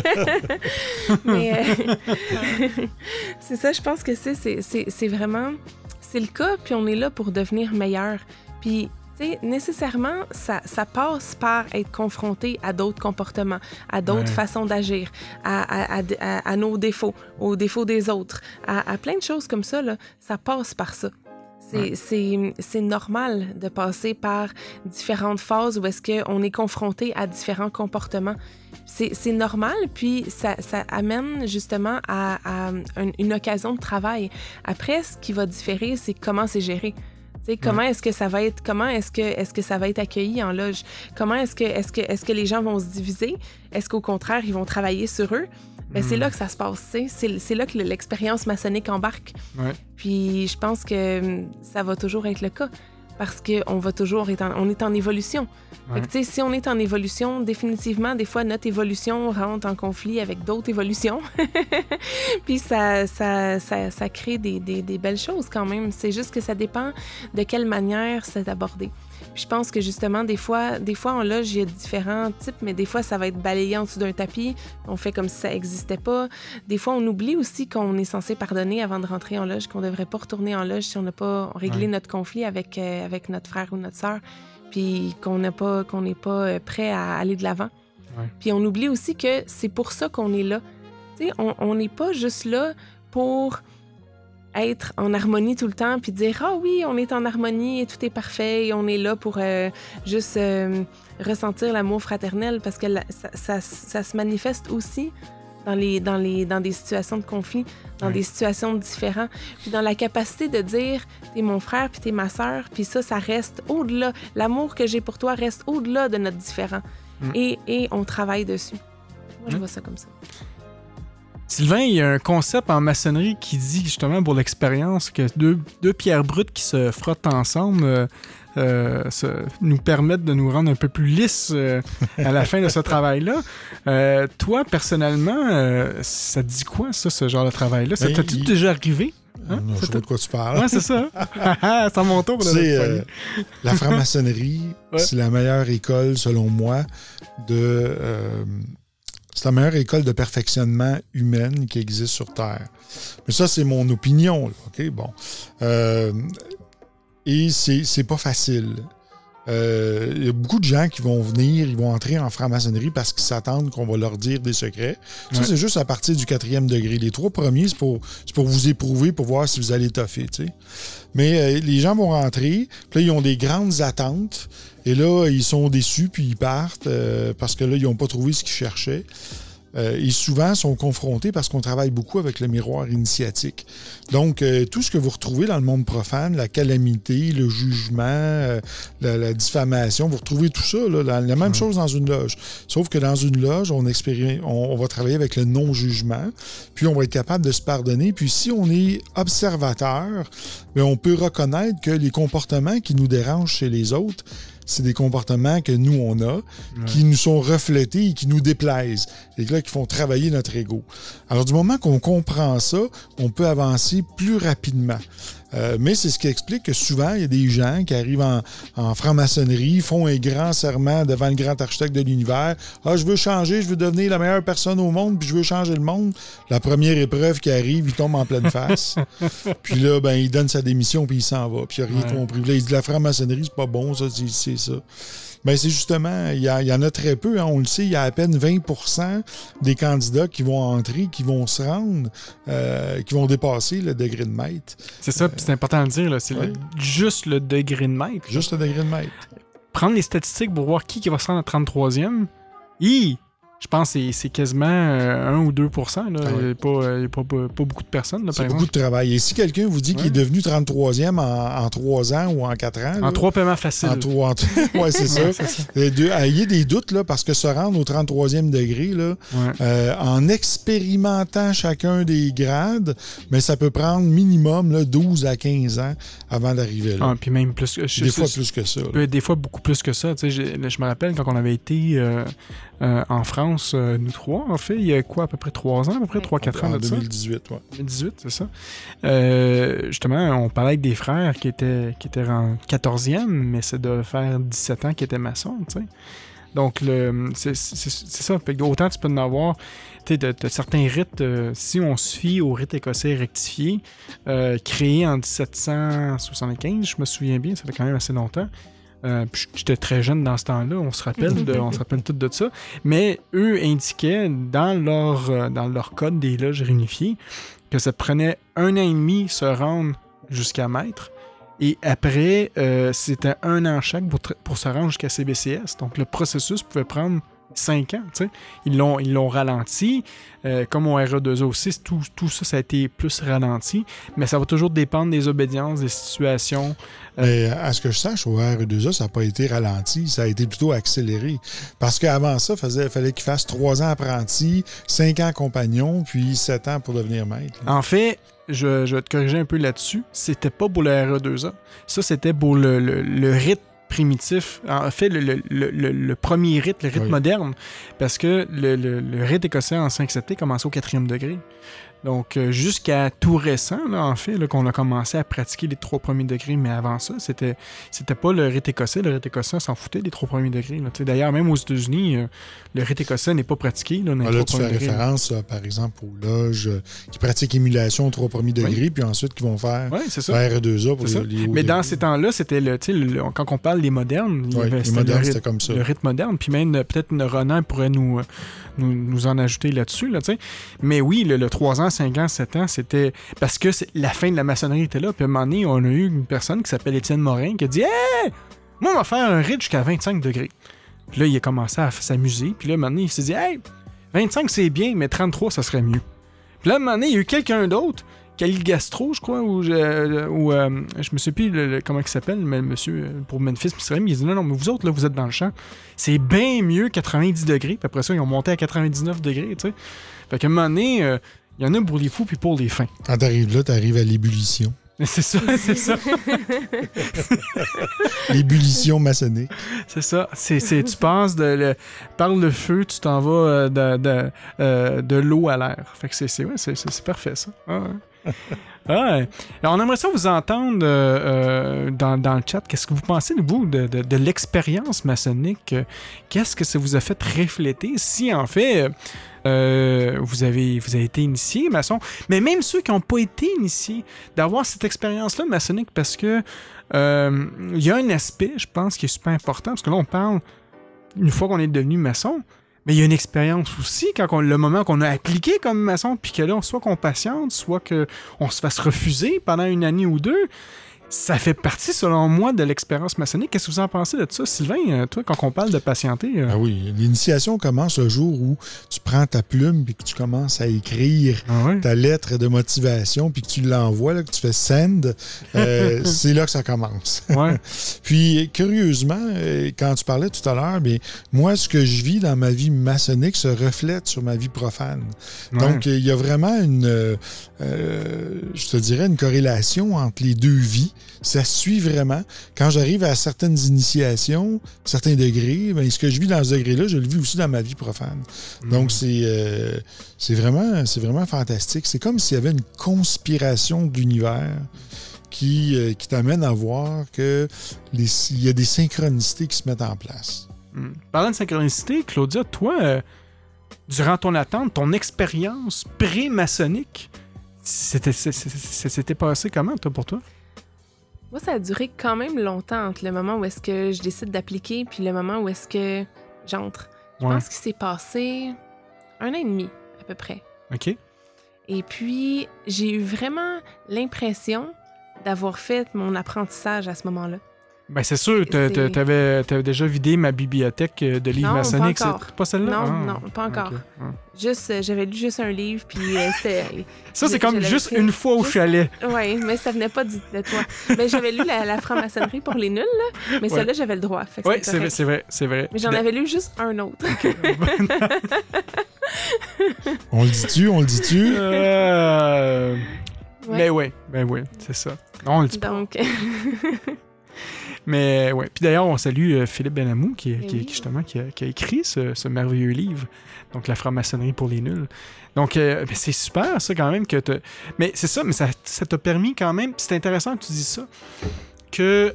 Mais euh, c'est ça, je pense que c'est, c'est, c'est, c'est vraiment... C'est le cas, puis on est là pour devenir meilleur. Puis tu sais, nécessairement, ça, ça passe par être confronté à d'autres comportements, à d'autres ouais. façons d'agir, à, à, à, à nos défauts, aux défauts des autres, à, à plein de choses comme ça, là, ça passe par ça. C'est, ouais. c'est, c'est normal de passer par différentes phases où est-ce qu'on est confronté à différents comportements. C'est, c'est normal, puis ça, ça amène justement à, à une, une occasion de travail. Après, ce qui va différer, c'est comment c'est géré. T'sais, comment ouais. est-ce que ça va être comment est-ce que est-ce que ça va être accueilli en loge? Comment est-ce que est-ce que est-ce que les gens vont se diviser? Est-ce qu'au contraire, ils vont travailler sur eux? Ben, mm. c'est là que ça se passe, c'est, c'est là que l'expérience maçonnique embarque. Ouais. Puis je pense que ça va toujours être le cas parce qu'on va toujours être en, on est en évolution. Ouais. Fait que, si on est en évolution, définitivement, des fois, notre évolution rentre en conflit avec d'autres évolutions. Puis ça, ça, ça, ça crée des, des, des belles choses quand même. C'est juste que ça dépend de quelle manière c'est abordé. Puis je pense que justement, des fois, des fois en loge, il y a différents types, mais des fois, ça va être balayé en dessous d'un tapis. On fait comme si ça n'existait pas. Des fois, on oublie aussi qu'on est censé pardonner avant de rentrer en loge, qu'on ne devrait pas retourner en loge si on n'a pas réglé ouais. notre conflit avec, euh, avec notre frère ou notre sœur, puis qu'on n'a pas, qu'on n'est pas prêt à aller de l'avant. Ouais. Puis on oublie aussi que c'est pour ça qu'on est là. Tu sais, on n'est pas juste là pour être en harmonie tout le temps puis dire « Ah oui, on est en harmonie et tout est parfait et on est là pour euh, juste euh, ressentir l'amour fraternel » parce que la, ça, ça, ça se manifeste aussi dans, les, dans, les, dans des situations de conflit, dans oui. des situations différentes. Puis dans la capacité de dire « T'es mon frère puis t'es ma sœur » puis ça, ça reste au-delà. L'amour que j'ai pour toi reste au-delà de notre différent. Mm. Et, et on travaille dessus. Moi, je mm. vois ça comme ça. Sylvain, il y a un concept en maçonnerie qui dit justement pour l'expérience que deux, deux pierres brutes qui se frottent ensemble euh, euh, se, nous permettent de nous rendre un peu plus lisses euh, à la fin de ce travail-là. Euh, toi, personnellement, euh, ça te dit quoi, ça, ce genre de travail-là? Ça t'as-tu il... déjà arrivé? Hein? Non, je sais pas de quoi tu parles. Ouais, c'est ça. C'est à mon tour pour le euh, La franc-maçonnerie, ouais. c'est la meilleure école, selon moi, de... Euh, c'est la meilleure école de perfectionnement humaine qui existe sur Terre. Mais ça, c'est mon opinion. Là, OK? Bon. Euh, et c'est, c'est pas facile. Euh, il y a beaucoup de gens qui vont venir, ils vont entrer en franc-maçonnerie parce qu'ils s'attendent qu'on va leur dire des secrets. Ça, ouais. c'est juste à partir du quatrième degré. Les trois premiers, c'est pour, c'est pour vous éprouver, pour voir si vous allez toffer, tu sais. Mais euh, les gens vont rentrer, puis là, ils ont des grandes attentes, et là, ils sont déçus, puis ils partent, euh, parce que là, ils n'ont pas trouvé ce qu'ils cherchaient. Euh, et souvent sont confrontés parce qu'on travaille beaucoup avec le miroir initiatique. Donc, euh, tout ce que vous retrouvez dans le monde profane, la calamité, le jugement, euh, la, la diffamation, vous retrouvez tout ça, là, la, la même mmh. chose dans une loge. Sauf que dans une loge, on, expérim- on, on va travailler avec le non-jugement, puis on va être capable de se pardonner. Puis si on est observateur, bien, on peut reconnaître que les comportements qui nous dérangent chez les autres, c'est des comportements que nous, on a, ouais. qui nous sont reflétés et qui nous déplaisent. Et là, qui font travailler notre ego. Alors, du moment qu'on comprend ça, on peut avancer plus rapidement. Euh, mais c'est ce qui explique que souvent, il y a des gens qui arrivent en, en franc-maçonnerie, font un grand serment devant le grand architecte de l'univers. « Ah, je veux changer, je veux devenir la meilleure personne au monde, puis je veux changer le monde. » La première épreuve qui arrive, il tombe en pleine face. Puis là, ben, il donne sa démission, puis il s'en va. Puis il n'a rien ouais. compris. Là, il dit « La franc-maçonnerie, c'est pas bon, ça, c'est, c'est ça. » Bien, c'est justement, il y, a, il y en a très peu, hein, on le sait, il y a à peine vingt pour cent des candidats qui vont entrer, qui vont se rendre, euh, qui vont dépasser le degré de maître. C'est ça, euh, puis c'est important de dire, là, c'est ouais. le, juste le degré de maître. Juste le degré de maître. Prendre les statistiques pour voir qui, qui va se rendre à trente-troisième, hi! Je pense que c'est, c'est quasiment euh, un ou deux pour cent. Là. Ah ouais. Il n'y a, pas, euh, pas, pas, pas beaucoup de personnes. Là, c'est beaucoup de travail. Et si quelqu'un vous dit ouais. qu'il est devenu trente-troisième en, en trois ans ou en quatre ans... En là, trois paiements faciles. En trois... oui, c'est ça. c'est ça. Il y a des doutes, là, parce que se rendre au trente-troisième degré, là, ouais. euh, en expérimentant chacun des grades, mais ça peut prendre minimum là, douze à quinze ans avant d'arriver là. Ah, puis même plus... Je, des je, fois je, plus que ça. Là. Des fois beaucoup plus que ça. Tu sais, je, je me rappelle quand on avait été... Euh, Euh, en France, euh, nous trois, en fait, il y a quoi, à peu près trois ans, à peu près trois quatre ans de ça? En deux mille dix-huit, oui. deux mille dix-huit, c'est ça. Euh, justement, on parlait avec des frères qui étaient, qui étaient en quatorzième, mais ça devait faire dix-sept ans qu'ils étaient maçons, tu sais. Donc, le, c'est, c'est, c'est ça. Fait que autant tu peux en avoir, tu sais, de, de certains rites, euh, si on se fie au rite écossais rectifié, euh, créé en dix-sept cent soixante-quinze, je me souviens bien, ça fait quand même assez longtemps. Euh, puis j'étais très jeune dans ce temps-là, on se rappelle, de, on se rappelle tout de ça. Mais eux indiquaient dans leur, euh, dans leur code des loges réunifiées que ça prenait un an et demi se rendre jusqu'à maître. Et après, euh, c'était un an chaque pour, tra- pour se rendre jusqu'à C B C S. Donc le processus pouvait prendre cinq ans. T'sais. Ils l'ont, ils l'ont ralenti. Euh, comme au R E deux A aussi, tout, tout ça, ça a été plus ralenti. Mais ça va toujours dépendre des obédiences, des situations. Euh, Mais à ce que je sache, au R E deux A, ça n'a pas été ralenti. Ça a été plutôt accéléré. Parce qu'avant ça, il fallait qu'il fasse trois ans apprenti, cinq ans compagnon, puis sept ans pour devenir maître. Là. En fait, je, je vais te corriger un peu là-dessus. C'était pas pour le R E deux A. Ça, c'était pour le, le, le rite primitif. En fait, le, le, le, le premier rite, le rite oui. moderne, parce que le, le, le rite écossais en cinq sept T commençait au quatrième degré. Donc, euh, jusqu'à tout récent, là, en fait, là, qu'on a commencé à pratiquer les trois premiers degrés, mais avant ça, c'était, c'était pas le rite écossais. Le rite écossais s'en foutait des trois premiers degrés. Là. D'ailleurs, même aux États-Unis, euh, le rite écossais n'est pas pratiqué là, dans les Ah, là, trois tu fais premiers degrés. référence, là, par exemple, aux loges euh, qui pratiquent émulation aux trois premiers degrés, Oui. puis ensuite qui vont faire Oui, c'est ça. R E deux A pour C'est les, ça. les hauts Mais dans degrés. ces temps-là, c'était le, tu sais, le- quand on parle des modernes, il y Oui, avait, les c'était modernes, le, c'était rite, comme ça. le rite moderne, puis même euh, peut-être une Ronan pourrait nous, euh, nous, nous en ajouter là-dessus. Là, tu sais. Mais oui, le, le trois ans, cinq ans, sept ans, c'était parce que c'est, la fin de la maçonnerie était là. Puis à un moment donné, on a eu une personne qui s'appelle Étienne Morin qui a dit « Hey! Moi, on va faire un rite jusqu'à vingt-cinq degrés. » Puis là, il a commencé à s'amuser. Puis là, à un moment donné, il s'est dit « Hey! vingt-cinq, c'est bien, mais trente-trois, ça serait mieux. » Puis là, à un moment donné, il y a eu quelqu'un d'autre, Khalil Gastro, je crois, ou, je, ou euh, je me sais plus le, le, comment il s'appelle, mais le monsieur euh, pour Memphis, il dit non, non, mais vous autres, là, vous êtes dans le champ. C'est bien mieux quatre-vingt-dix degrés. Puis après ça, ils ont monté à quatre-vingt-dix-neuf degrés, tu sais. Fait qu'à un moment donné, il euh, y en a pour les fous puis pour les fins. Quand t'arrives là, t'arrives à l'ébullition. C'est ça, c'est ça. L'ébullition maçonnique. C'est ça. C'est, c'est, tu passes de le, par le feu, tu t'en vas euh, de, de, euh, de l'eau à l'air. Fait que c'est, c'est, ouais, c'est, c'est, c'est parfait, ça. Ah, ouais. Ah, ouais. Alors, on aimerait ça vous entendre euh, euh, dans, dans le chat. Qu'est-ce que vous pensez, vous, de, de, de l'expérience maçonnique? Qu'est-ce que ça vous a fait refléter? Si, en fait, euh, vous, avez, vous avez été initié maçon, mais même ceux qui n'ont pas été initiés, d'avoir cette expérience-là maçonnique, parce que euh, il y a un aspect, je pense, qui est super important, parce que là, on parle, une fois qu'on est devenu maçon, mais il y a une expérience aussi, quand on, le moment qu'on a appliqué comme maçon, puis que là, soit qu'on patiente, soit qu'on se fasse refuser pendant une année ou deux, ça fait partie, selon moi, de l'expérience maçonnique. Qu'est-ce que vous en pensez de ça, Sylvain? Toi, quand on parle de patienter... Euh... Ah oui, l'initiation commence le jour où tu prends ta plume et que tu commences à écrire ah ouais? ta lettre de motivation puis que tu l'envoies, là, que tu fais « send euh, », c'est là que ça commence. Ouais. Puis, curieusement, quand tu parlais tout à l'heure, bien, moi, ce que je vis dans ma vie maçonnique se reflète sur ma vie profane. Ouais. Donc, il y a vraiment une, euh, je te dirais, une corrélation entre les deux vies. Ça suit vraiment. Quand j'arrive à certaines initiations, certains degrés, bien, ce que je vis dans ce degré-là, je le vis aussi dans ma vie profane. Mmh. Donc, c'est, euh, c'est, vraiment, c'est vraiment fantastique. C'est comme s'il y avait une conspiration de l'univers qui, euh, qui t'amène à voir qu'il y a des synchronicités qui se mettent en place. Mmh. Parlant de synchronicité, Claudia, toi, euh, durant ton attente, ton expérience pré-maçonnique, c'était, c'était, c'était passé comment, toi, pour toi? Moi, ça a duré quand même longtemps entre le moment où est-ce que je décide d'appliquer puis le moment où est-ce que j'entre. Je ouais. pense qu'il s'est passé un an et demi, à peu près. OK. Et puis, j'ai eu vraiment l'impression d'avoir fait mon apprentissage à ce moment-là. Ben c'est sûr, t'a, t'a, t'avais, t'avais déjà vidé ma bibliothèque de livres non, maçonniques. Pas encore. C'est pas celle-là? Non, ah, non, pas encore. Okay. Ah. Juste, euh, j'avais lu juste un livre, puis euh, c'était... Ça, c'est comme juste fait. Une fois au juste... chalet. Oui, mais ça venait pas de, de toi. Mais j'avais lu la, la franc-maçonnerie pour les nuls, là, mais ouais. Celle-là, j'avais le droit. Oui, c'est vrai, c'est vrai, c'est vrai. Mais j'en avais lu juste un autre. On le dit-tu, on le dit-tu? Euh... Ouais. Ben oui, ben oui, c'est ça. Non, on le dit pas. Donc... Mais ouais. Puis d'ailleurs, on salue euh, Philippe Benamou qui, qui, oui. qui justement qui a, qui a écrit ce, ce merveilleux livre, donc La franc-maçonnerie pour les nuls. Donc euh, ben, c'est super ça quand même que t'as... Mais c'est ça, mais ça, ça t'a permis quand même. C'est intéressant que tu dises ça, que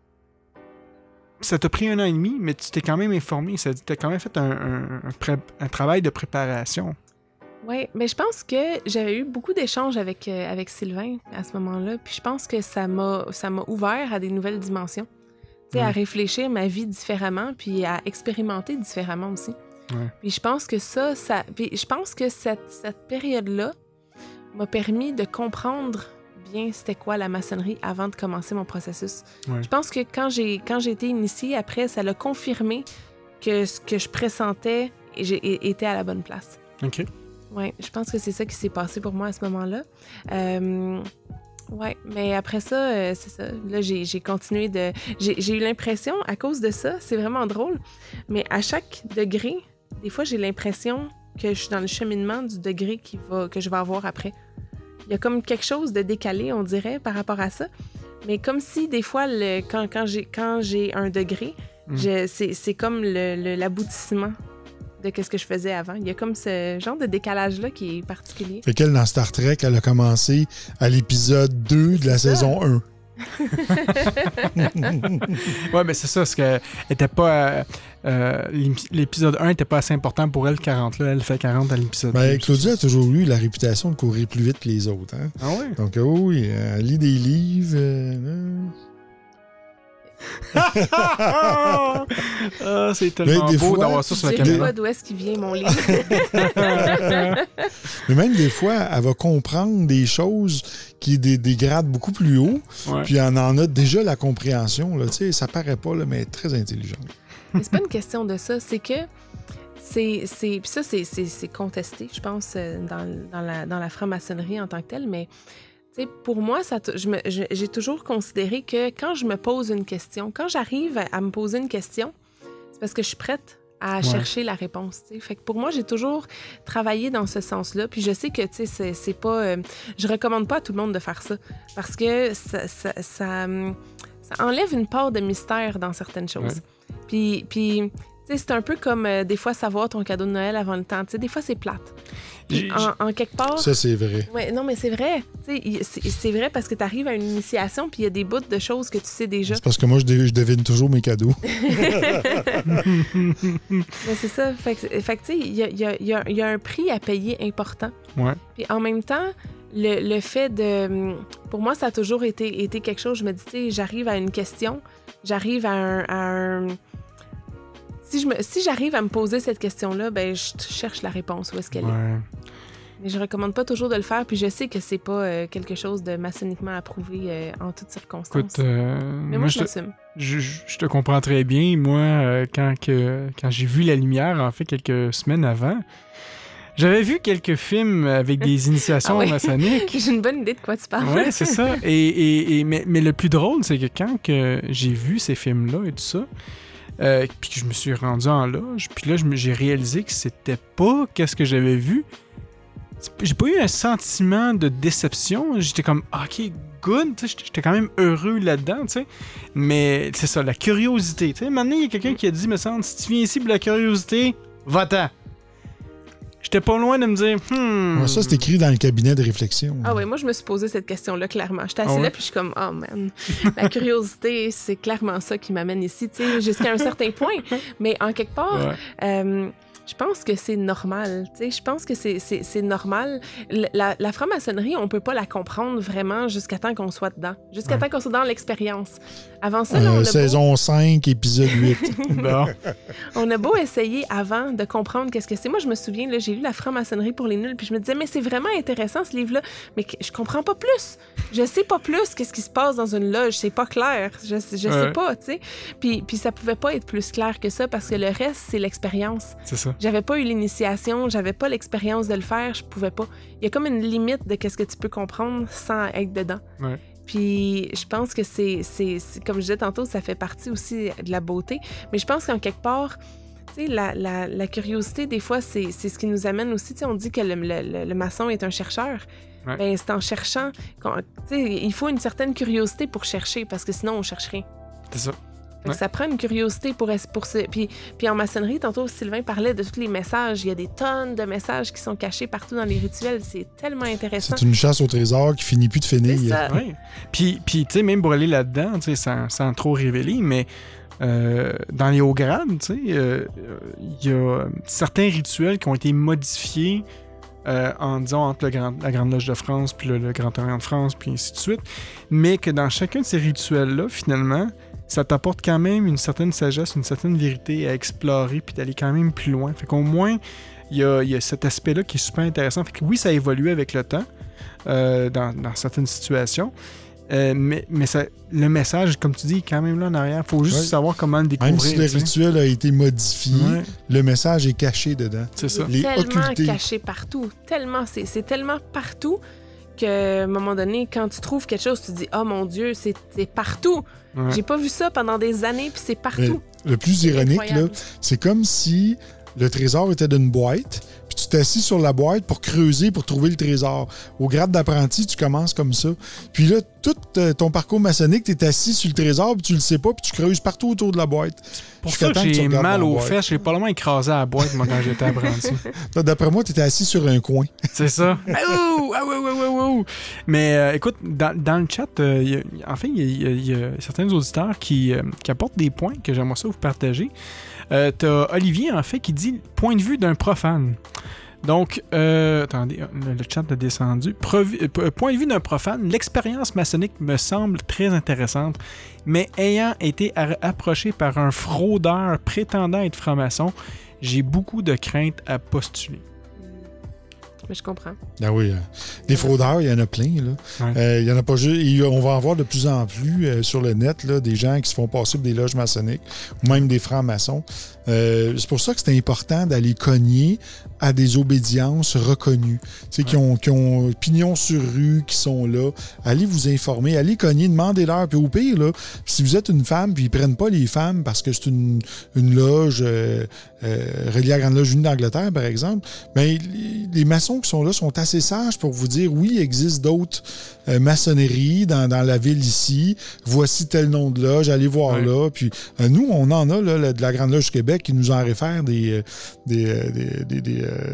ça t'a pris un an et demi, mais tu t'es quand même informé. Ça t'as quand même fait un, un, un, pré... un travail de préparation. Oui, mais je pense que j'avais eu beaucoup d'échanges avec, euh, avec Sylvain à ce moment-là, puis je pense que ça m'a, ça m'a ouvert à des nouvelles dimensions. tu sais, Ouais. à réfléchir ma vie différemment, puis à expérimenter différemment aussi. Ouais. Puis je pense que ça, ça puis je pense que cette, cette période-là m'a permis de comprendre bien c'était quoi la maçonnerie avant de commencer mon processus. Ouais. Je pense que quand j'ai quand j'ai été initiée, après, ça l'a confirmé que ce que je pressentais et j'ai é- était à la bonne place. OK. Oui, je pense que c'est ça qui s'est passé pour moi à ce moment-là. Euh, oui, mais après ça, euh, c'est ça. Là, j'ai, j'ai continué de... J'ai, j'ai eu l'impression, à cause de ça, c'est vraiment drôle, mais à chaque degré, des fois, j'ai l'impression que je suis dans le cheminement du degré qui va, que je vais avoir après. Il y a comme quelque chose de décalé, on dirait, par rapport à ça. Mais comme si, des fois, le, quand, quand, j'ai, quand j'ai un degré, Mm. je, c'est, c'est comme le, le, l'aboutissement de ce que je faisais avant. Il y a comme ce genre de décalage-là qui est particulier. Fait qu'elle, dans Star Trek, elle a commencé à l'épisode deux de la C'est ça. saison un. Ouais, mais c'est ça, parce que était pas. euh, euh, l'ép- l'épisode un n'était pas assez important pour elle, quarante. Là, elle fait quarante à l'épisode Ben, deux. Claudia a toujours eu la réputation de courir plus vite que les autres. Hein? Ah ouais? Donc, oh oui, elle lit des livres. euh, ah, c'est tellement Mais des beau fois, d'avoir ça sur la Je dirais caméra. pas d'où est-ce qu'il vient mon livre. Mais même des fois, elle va comprendre des choses qui des, des grades beaucoup plus hauts, Ouais. puis elle en a déjà la compréhension. Là, tu sais, ça paraît pas, là, mais elle est très intelligente. Mais c'est pas une question de ça, c'est que c'est c'est puis ça c'est c'est c'est contesté, je pense euh, dans dans la dans la franc-maçonnerie en tant que telle, mais tu sais pour moi ça t- je me je- j'ai toujours considéré que quand je me pose une question, quand j'arrive à, à me poser une question, c'est parce que je suis prête à Ouais. chercher la réponse, tu sais. Fait que pour moi, j'ai toujours travaillé dans ce sens-là. Puis je sais que, tu sais, c'est, c'est pas... euh, je recommande pas à tout le monde de faire ça. Parce que ça, ça, ça, hum, ça enlève une part de mystère dans certaines choses. Ouais. Puis, puis tu sais, c'est un peu comme euh, des fois savoir ton cadeau de Noël avant le temps. Tu sais, des fois, c'est plate. Puis J'ai- en, en quelque part... Ça, c'est vrai. Ouais, non, mais c'est vrai. Tu sais, il- c'est, c'est vrai parce que tu arrives à une initiation puis il y a des bouts de choses que tu sais déjà. C'est parce que moi, je, dé- je devine toujours mes cadeaux. Mais c'est ça. Fait que, fait que, tu sais, il y a, il y a- il y a- il y a un prix à payer important. Ouais. Puis en même temps, le, le fait de... Pour moi, ça a toujours été, été quelque chose. Je me dis, tu sais, j'arrive à une question, j'arrive à un... à un- Si, je me, si j'arrive à me poser cette question-là, ben je t- cherche la réponse où est-ce qu'elle est. Ouais. Mais je recommande pas toujours de le faire, puis je sais que c'est pas euh, quelque chose de maçonniquement approuvé euh, en toutes circonstances. Écoute, euh, Mais moi, moi, je je te, m'assume. je, je- je te comprends très bien. Moi, euh, quand, que, quand j'ai vu La Lumière, en fait, quelques semaines avant, j'avais vu quelques films avec des initiations Ah ouais? maçonniques. J'ai une bonne idée de quoi tu parles. Ouais, c'est ça. Et, et, et- mais, mais le plus drôle, c'est que quand que j'ai vu ces films-là et tout ça, euh, puis que je me suis rendu en loge, puis là, je me- j'ai réalisé que c'était pas qu'est-ce que j'avais vu. C'est- J'ai pas eu un sentiment de déception. J'étais comme, OK, good. Tu sais, J'étais j'étais quand même heureux là-dedans, tu sais. Mais c'est ça, la curiosité. Tu sais, maintenant, il y a quelqu'un qui a dit, me semble, si tu viens ici pour la curiosité, va-t'en. J'étais pas loin de me dire, hmm. Ouais, ça, c'est écrit dans le cabinet de réflexion. Ah ouais, moi je me suis posé cette question-là clairement. J'étais assise Ah ouais? là puis je suis comme oh man, la curiosité c'est clairement ça qui m'amène ici, tu sais, jusqu'à un certain point. Mais en quelque part, Ouais. euh, je pense que c'est normal, tu sais, je pense que c'est, c'est, c'est normal. L- La, la franc-maçonnerie, on peut pas la comprendre vraiment jusqu'à temps qu'on soit dedans, jusqu'à Ouais. temps qu'on soit dans l'expérience. Avant ça, là, Euh, on, a beau, saison cinq, épisode huit. Bon. on a beau essayer avant de comprendre qu'est-ce que c'est. Moi, je me souviens, là, j'ai lu la franc-maçonnerie pour les nuls, puis je me disais, mais c'est vraiment intéressant ce livre-là, mais que- je comprends pas plus. Je sais pas plus qu'est-ce qui se passe dans une loge, c'est pas clair. Je, je Ouais. sais pas, tu sais. Puis, puis ça pouvait pas être plus clair que ça parce que le reste, c'est l'expérience. C'est ça. J'avais pas eu l'initiation, j'avais pas l'expérience de le faire, je pouvais pas. Il y a comme une limite de qu'est-ce que tu peux comprendre sans être dedans. Ouais. Puis je pense que c'est, c'est, c'est- comme je disais tantôt, ça fait partie aussi de la beauté. Mais je pense qu'en quelque part, tu sais, la, la, la curiosité, des fois, c'est, c'est ce qui nous amène aussi. Tu sais, on dit que le, le- le- le maçon est un chercheur. Ouais. Ben, c'est en cherchant. qu'on- Tu sais, il faut une certaine curiosité pour chercher, parce que sinon, on cherche rien. C'est ça. Fait que Ouais. ça prend une curiosité pour, es- pour se... Puis, puis en maçonnerie, tantôt, Sylvain parlait de tous les messages. Il y a des tonnes de messages qui sont cachés partout dans les rituels. C'est tellement intéressant. C'est une chasse au trésor qui finit plus de finir. C'est ça. Oui. Puis, puis tu sais, même pour aller là-dedans, tu sais, sans, sans trop révéler, mais euh, dans les hauts grades, tu sais, euh, il y a certains rituels qui ont été modifiés euh, en disant entre le grand, la Grande Loge de France puis le, le Grand Orient de France, puis ainsi de suite, mais que dans chacun de ces rituels-là, finalement, ça t'apporte quand même une certaine sagesse, une certaine vérité à explorer, puis d'aller quand même plus loin. Fait qu'au moins, il y a, y a cet aspect-là qui est super intéressant. Fait que oui, ça a évolué avec le temps, euh, dans, dans certaines situations, euh, mais, mais ça, le message, comme tu dis, est quand même là en arrière. Il faut juste ouais. savoir comment le découvrir. Même si le rituel a été modifié, ouais. le message est caché dedans. C'est ça. Il est tellement occulté. Caché partout. Tellement, c'est, c'est tellement partout qu'à un moment donné, quand tu trouves quelque chose, tu te dis « Oh mon Dieu, c'est, c'est partout! Ouais. J'ai pas vu ça pendant des années, puis c'est partout. » Le plus c'est ironique, là, c'est comme si le trésor était d'une boîte, puis tu t'assis sur la boîte pour creuser, pour trouver le trésor. Au grade d'apprenti, tu commences comme ça. Puis là, tout euh, ton parcours maçonnique, tu es assis sur le trésor, puis tu le sais pas, puis tu creuses partout autour de la boîte. Pour ça que j'ai mal aux fesses. J'ai probablement écrasé la boîte, moi, quand j'étais apprenti. D'après moi, tu étais assis sur un coin. C'est ça. Oh, ah, ouais, ouais, ouais, ouais. Mais euh, écoute, dans, dans le chat, euh, y a, en fait, il y, y, y a certains auditeurs qui, euh, qui apportent des points que j'aimerais ça vous partager. Euh, t'as Olivier, en fait, qui dit « Point de vue d'un profane ». Donc, euh, attendez, le, le chat a descendu. Prevu, euh, point de vue d'un profane, l'expérience maçonnique me semble très intéressante, mais ayant été a- approché par un fraudeur prétendant être franc-maçon, j'ai beaucoup de craintes à postuler. Mais je comprends. Ah oui, euh, des fraudeurs, il y en a plein. Là. Ouais. Euh, il y en a pas juste. On va en voir de plus en plus euh, sur le net, là, des gens qui se font passer pour des loges maçonniques ou même des francs-maçons. Euh, c'est pour ça que c'est important d'aller cogner à des obédiences reconnues, ouais. qui ont, qui ont pignon sur rue, qui sont là. Allez vous informer, allez cogner, demandez-leur. Puis au pire, là, si vous êtes une femme, puis ils prennent pas les femmes parce que c'est une, une loge euh, euh, reliée à la Grande Loge unie d'Angleterre, par exemple, bien, les, les maçons qui sont là sont assez sages pour vous dire, oui, il existe d'autres euh, maçonneries dans, dans la ville ici. Voici tel nom de loge, allez voir ouais. là. Puis euh, nous, on en a là, de la Grande Loge du Québec qui nous en réfère des... des, des, des, des euh,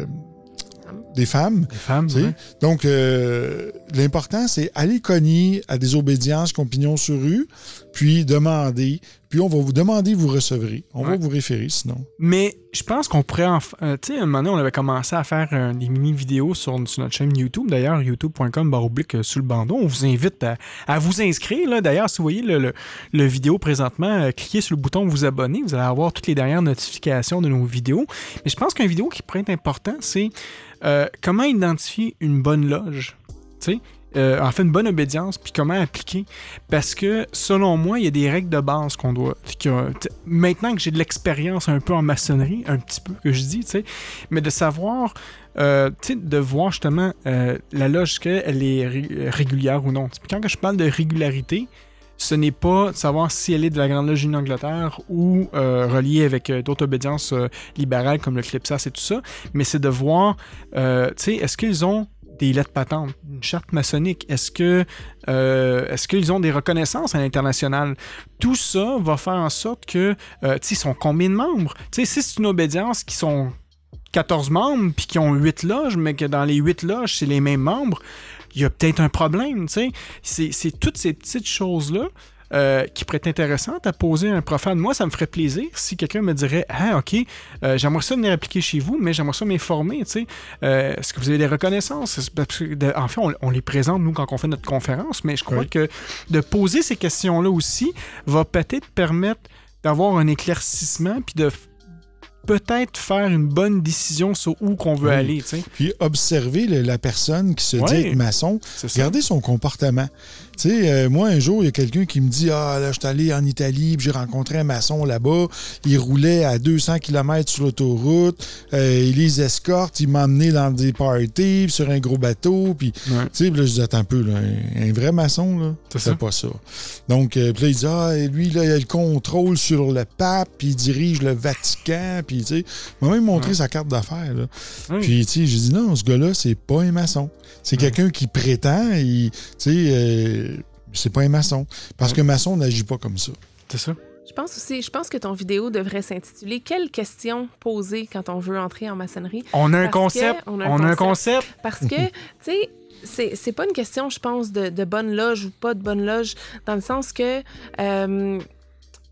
Des femmes. Des femmes, oui. Donc, euh, l'important, c'est aller cogner à des obédiences qui ont pignon sur rue, puis demander. Puis on va vous demander, vous recevrez. On ouais. va vous référer, sinon. Mais je pense qu'on pourrait... En... Euh, tu sais, à un moment donné, on avait commencé à faire euh, des mini-vidéos sur, sur notre chaîne YouTube. D'ailleurs, youtube point com barre oblique euh, sous le bandeau. On vous invite à, à vous inscrire. Là. D'ailleurs, si vous voyez le, le, le vidéo présentement, euh, cliquez sur le bouton « Vous abonner ». Vous allez avoir toutes les dernières notifications de nos vidéos. Mais je pense qu'une vidéo qui pourrait être importante, c'est euh, comment identifier une bonne loge. Tu sais, Euh, en fait, une bonne obédience, puis comment appliquer. Parce que, selon moi, il y a des règles de base qu'on doit... Que, maintenant que j'ai de l'expérience un peu en maçonnerie, un petit peu que je dis, tu sais, mais de savoir, euh, tu sais, de voir justement euh, la loge, qu'elle est ré- régulière ou non. Puis quand que je parle de régularité, ce n'est pas de savoir si elle est de la Grande Loge unie d'Angleterre ou euh, reliée avec euh, d'autres obédiences euh, libérales comme le Clipsas et tout ça, mais c'est de voir, euh, tu sais, est-ce qu'ils ont des lettres patentes, une charte maçonnique, est-ce que euh, est-ce qu'ils ont des reconnaissances à l'international? Tout ça va faire en sorte que, euh, tu sais, ils sont combien de membres? Tu sais, si c'est une obédience qui sont quatorze membres, puis qui ont huit loges, mais que dans les huit loges, c'est les mêmes membres, il y a peut-être un problème, tu sais. C'est, c'est toutes ces petites choses-là Euh, qui pourrait être intéressante à poser à un profane. Moi, ça me ferait plaisir si quelqu'un me dirait « Ah, OK, euh, j'aimerais ça venir appliquer chez vous, mais j'aimerais ça m'informer, tu sais. Euh, est-ce que vous avez des reconnaissances? » En fait, on, on les présente, nous, quand on fait notre conférence, mais je crois oui. que de poser ces questions-là aussi va peut-être permettre d'avoir un éclaircissement puis de peut-être faire une bonne décision sur où qu'on veut oui. aller. T'sais. Puis observer le, la personne qui se oui. dit être maçon, regarder son comportement. Tu sais, euh, moi, un jour, il y a quelqu'un qui me dit « Ah, là, je suis allé en Italie, puis j'ai rencontré un maçon là-bas. Il roulait à deux cents kilomètres sur l'autoroute. Euh, il les escorte. Il m'a emmené dans des parties, sur un gros bateau. » Puis, ouais. tu sais, là, je dis « Attends un peu, là, un, un vrai maçon, là, c'est, c'est pas ça. » Donc, euh, puis là, il dit « Ah, lui, là, il a le contrôle sur le pape, puis il dirige le Vatican. » Puis, tu sais, il m'a même montré ouais. sa carte d'affaires, là. Ouais. Puis, tu sais, j'ai dit « Non, ce gars-là, c'est pas un maçon. C'est ouais. quelqu'un qui prétend, tu sais... Euh, c'est pas un maçon. Parce que maçon n'agit pas comme ça. C'est ça. Je pense aussi, je pense que ton vidéo devrait s'intituler « Quelles questions poser quand on veut entrer en maçonnerie? » On a un concept. On a un, on a un concept. Parce que, tu sais, c'est, c'est pas une question, je pense, de, de bonne loge ou pas de bonne loge, dans le sens que... Euh,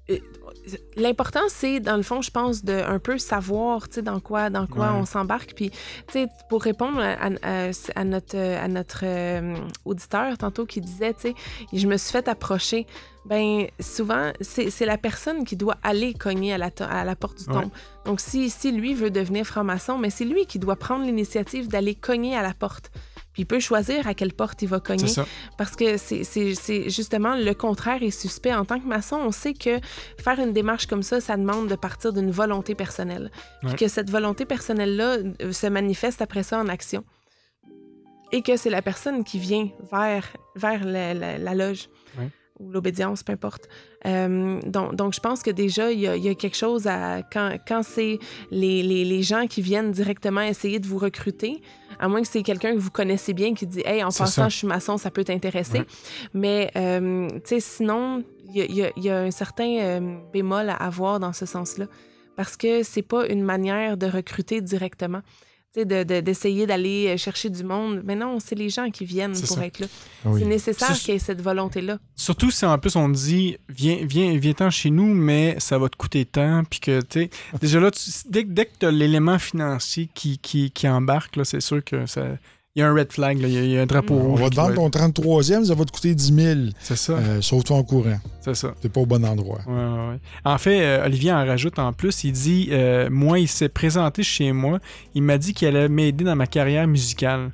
l'important, c'est, dans le fond, je pense, de un peu savoir, tu sais, dans quoi, dans quoi Ouais. on s'embarque. Puis, tu sais, pour répondre à, à, à notre, à notre euh, auditeur tantôt qui disait, tu sais, je me suis fait approcher. Ben souvent, c'est, c'est la personne qui doit aller cogner à la, to- à la porte du tombe. Ouais. Donc, si, si lui veut devenir franc-maçon, mais c'est lui qui doit prendre l'initiative d'aller cogner à la porte. Puis il peut choisir à quelle porte il va cogner. C'est ça. Parce que c'est, c'est, c'est justement le contraire est suspect. En tant que maçon, on sait que faire une démarche comme ça, ça demande de partir d'une volonté personnelle. Ouais. Puis que cette volonté personnelle-là se manifeste après ça en action. Et que c'est la personne qui vient vers, vers la, la, la loge. Ouais. Ou l'obédience, peu importe. Euh, donc, donc, je pense que déjà, il y a, il y a quelque chose à... Quand, quand c'est les, les, les gens qui viennent directement essayer de vous recruter, à moins que c'est quelqu'un que vous connaissez bien qui dit « Hey, en c'est passant, ça. Je suis maçon, ça peut t'intéresser. Ouais. » Mais, euh, tu sais, sinon, il y a, il y a un certain euh, bémol à avoir dans ce sens-là. Parce que c'est pas une manière de recruter directement. De, de, d'essayer d'aller chercher du monde. Mais non, c'est les gens qui viennent c'est pour ça. Être là. Oui. C'est nécessaire c'est... qu'il y ait cette volonté-là. Surtout si en plus on te dit viens, viens, viens-t'en chez nous, mais ça va te coûter tant. Puis que, tu sais, déjà là, tu, dès, dès que tu as l'élément financier qui, qui, qui embarque, là, c'est sûr que ça. Il y a un red flag, là. Il, y a, il y a un drapeau mmh. rouge. On va te vendre ton trente-troisième, ça va te coûter dix mille. C'est ça. Euh, sauve-toi en courant. C'est ça. T'es pas au bon endroit. Ouais, ouais, ouais. En fait, euh, Olivier en rajoute en plus. Il dit euh, moi, il s'est présenté chez moi. Il m'a dit qu'il allait m'aider dans ma carrière musicale.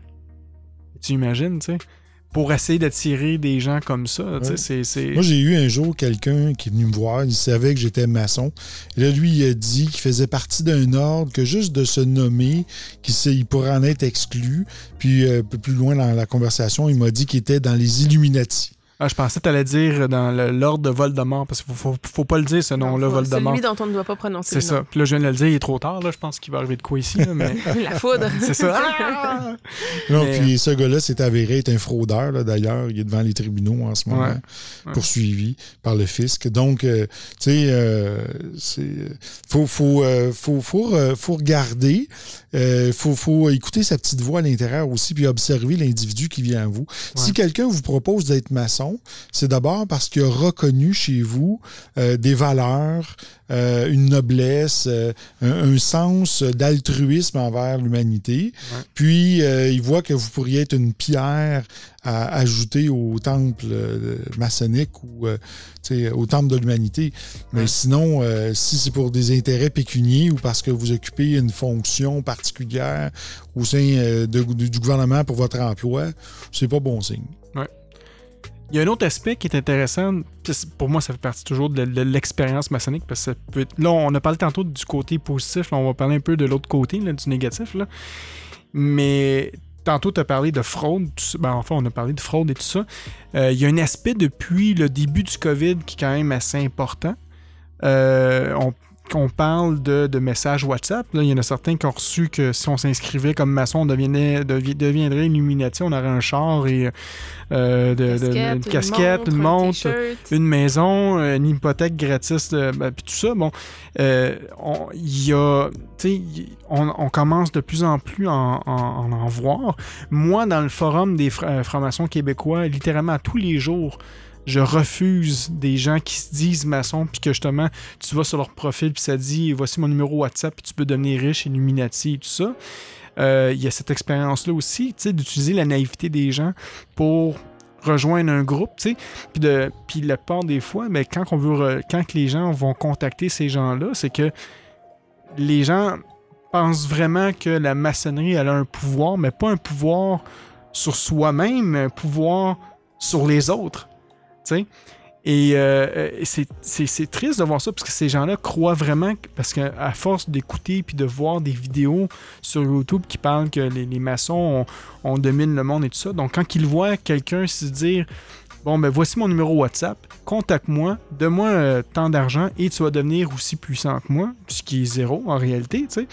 Tu imagines, tu sais? Pour essayer d'attirer des gens comme ça. Ouais. C'est, c'est... Moi, j'ai eu un jour quelqu'un qui est venu me voir. Il savait que j'étais maçon. Et là, lui, il a dit qu'il faisait partie d'un ordre, que juste de se nommer, qu'il il pourrait en être exclu. Puis, euh, un peu plus loin dans la conversation, il m'a dit qu'il était dans les Illuminati. Ah, je pensais que tu allais dire dans le, l'ordre de Voldemort, parce qu'il ne faut, faut, faut pas le dire, ce nom-là, non, Voldemort. Celui dont on ne doit pas prononcer c'est le ça. Puis là, je viens de le dire, il est trop tard. Là. Je pense qu'il va arriver de quoi ici. Là, mais... La foudre. C'est ça. Ah! Non, mais... Puis ce gars-là s'est avéré être un fraudeur, là, d'ailleurs. Il est devant les tribunaux en ce moment, ouais. Ouais. poursuivi par le fisc. Donc, euh, tu sais, euh, il faut, faut, euh, faut, faut, euh, faut regarder. Il euh, faut, faut écouter sa petite voix à l'intérieur aussi, puis observer l'individu qui vient à vous. Ouais. Si quelqu'un vous propose d'être maçon, c'est d'abord parce qu'il a reconnu chez vous euh, des valeurs, euh, une noblesse, euh, un, un sens d'altruisme envers l'humanité. Ouais. Puis, euh, il voit que vous pourriez être une pierre à ajouter au temple euh, maçonnique ou euh, au temple de l'humanité. Mais ouais. sinon, euh, si c'est pour des intérêts pécuniaires ou parce que vous occupez une fonction particulière au sein euh, de, de, du gouvernement pour votre emploi, c'est pas bon signe. Ouais. Il y a un autre aspect qui est intéressant, pour moi ça fait partie toujours de, de l'expérience maçonnique, parce que ça peut être... Là, on a parlé tantôt du côté positif, là, on va parler un peu de l'autre côté, là, du négatif. Là. Mais tantôt, tu as parlé de fraude, tout... ben, enfin, on a parlé de fraude et tout ça. Euh, il y a un aspect depuis le début du COVID qui est quand même assez important. Euh, on qu'on parle de, de messages WhatsApp. Là, il y en a certains qui ont reçu que si on s'inscrivait comme maçon, on devenait, devi, deviendrait Illuminati, on aurait un char et euh, de, casquette, de, une casquette, une montre, une, montre, une maison, une hypothèque gratis, ben, puis tout ça. Bon, euh, on, y a, on, on commence de plus en plus à en, en, en voir. Moi, dans le forum des francs-maçons québécois, littéralement à tous les jours, je refuse des gens qui se disent maçons, puis que justement, tu vas sur leur profil, puis ça dit « Voici mon numéro WhatsApp, puis tu peux devenir riche, Illuminati et tout ça. Euh, » Il y a cette expérience-là aussi, tu sais, d'utiliser la naïveté des gens pour rejoindre un groupe, tu sais. Puis de, puis la part des fois, mais quand on veut, re, quand les gens vont contacter ces gens-là, c'est que les gens pensent vraiment que la maçonnerie, elle a un pouvoir, mais pas un pouvoir sur soi-même, mais un pouvoir sur les autres. T'sais? Et euh, c'est, c'est, c'est triste de voir ça parce que ces gens-là croient vraiment, que, parce qu'à force d'écouter puis de voir des vidéos sur YouTube qui parlent que les, les maçons, on, on domine le monde et tout ça, donc quand ils voient quelqu'un se dire « Bon, ben voici mon numéro WhatsApp, contacte-moi, donne-moi euh, tant d'argent et tu vas devenir aussi puissant que moi », ce qui est zéro en réalité, tu sais.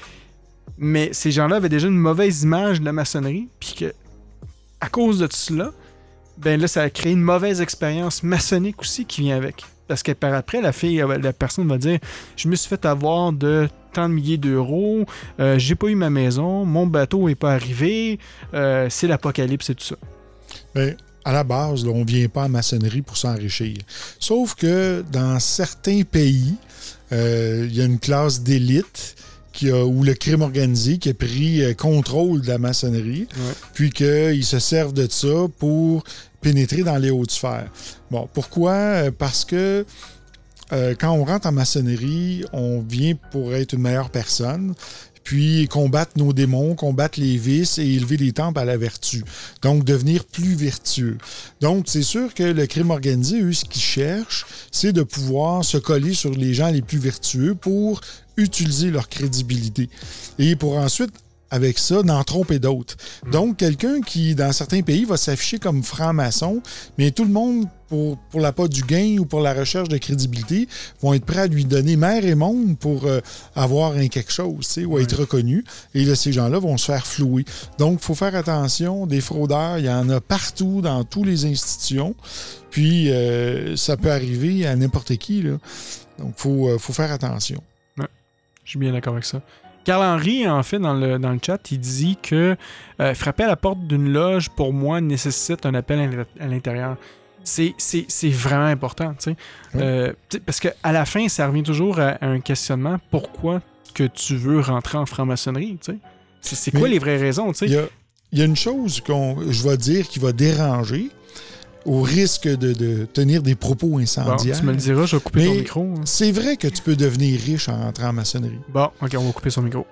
Mais ces gens-là avaient déjà une mauvaise image de la maçonnerie, puis que à cause de cela, ben là, ça a créé une mauvaise expérience maçonnique aussi qui vient avec. Parce que par après, la fille, la personne va dire « Je me suis fait avoir de tant de milliers d'euros, euh, j'ai pas eu ma maison, mon bateau est pas arrivé, euh, c'est l'apocalypse et tout ça. » Ben, à la base, là, on ne vient pas en maçonnerie pour s'enrichir. Sauf que dans certains pays, euh, il y a une classe d'élite qui a, ou le crime organisé qui a pris euh, contrôle de la maçonnerie, ouais. puis qu'ils se servent de ça pour pénétrer dans les hautes sphères. Bon, pourquoi? Parce que euh, quand on rentre en maçonnerie, on vient pour être une meilleure personne, puis combattre nos démons, combattre les vices et élever les temples à la vertu. Donc, devenir plus vertueux. Donc, c'est sûr que le crime organisé, eux, ce qu'ils cherchent, c'est de pouvoir se coller sur les gens les plus vertueux pour utiliser leur crédibilité. Et pour ensuite, avec ça, d'en tromper d'autres. Mmh. Donc, quelqu'un qui, dans certains pays, va s'afficher comme franc-maçon, mais tout le monde, pour, pour l'appât du gain ou pour la recherche de crédibilité, vont être prêts à lui donner mer et monde pour euh, avoir un quelque chose, tu sais, ou être reconnu. Et là, ces gens-là vont se faire flouer. Donc, il faut faire attention. Des fraudeurs, il y en a partout, dans toutes les institutions. Puis, euh, ça peut arriver à n'importe qui, là. Donc, il faut, euh, faut faire attention. Ouais, je suis bien d'accord avec ça. Carl-Henri, en fait, dans le, dans le chat, il dit que euh, frapper à la porte d'une loge, pour moi, nécessite un appel à l'intérieur. C'est, c'est, c'est vraiment important, tu sais. Oui. Euh, parce qu'à la fin, ça revient toujours à, à un questionnement. Pourquoi que tu veux rentrer en franc-maçonnerie, tu sais? C'est, c'est quoi les vraies raisons, tu sais? Il y a, y a une chose qu'on, je vais dire qui va déranger, au risque de, de tenir des propos incendiaires. Bon, tu me le diras, je vais couper mais ton micro. Hein. C'est vrai que tu peux devenir riche en rentrant en maçonnerie. Bon, OK, on va couper son micro.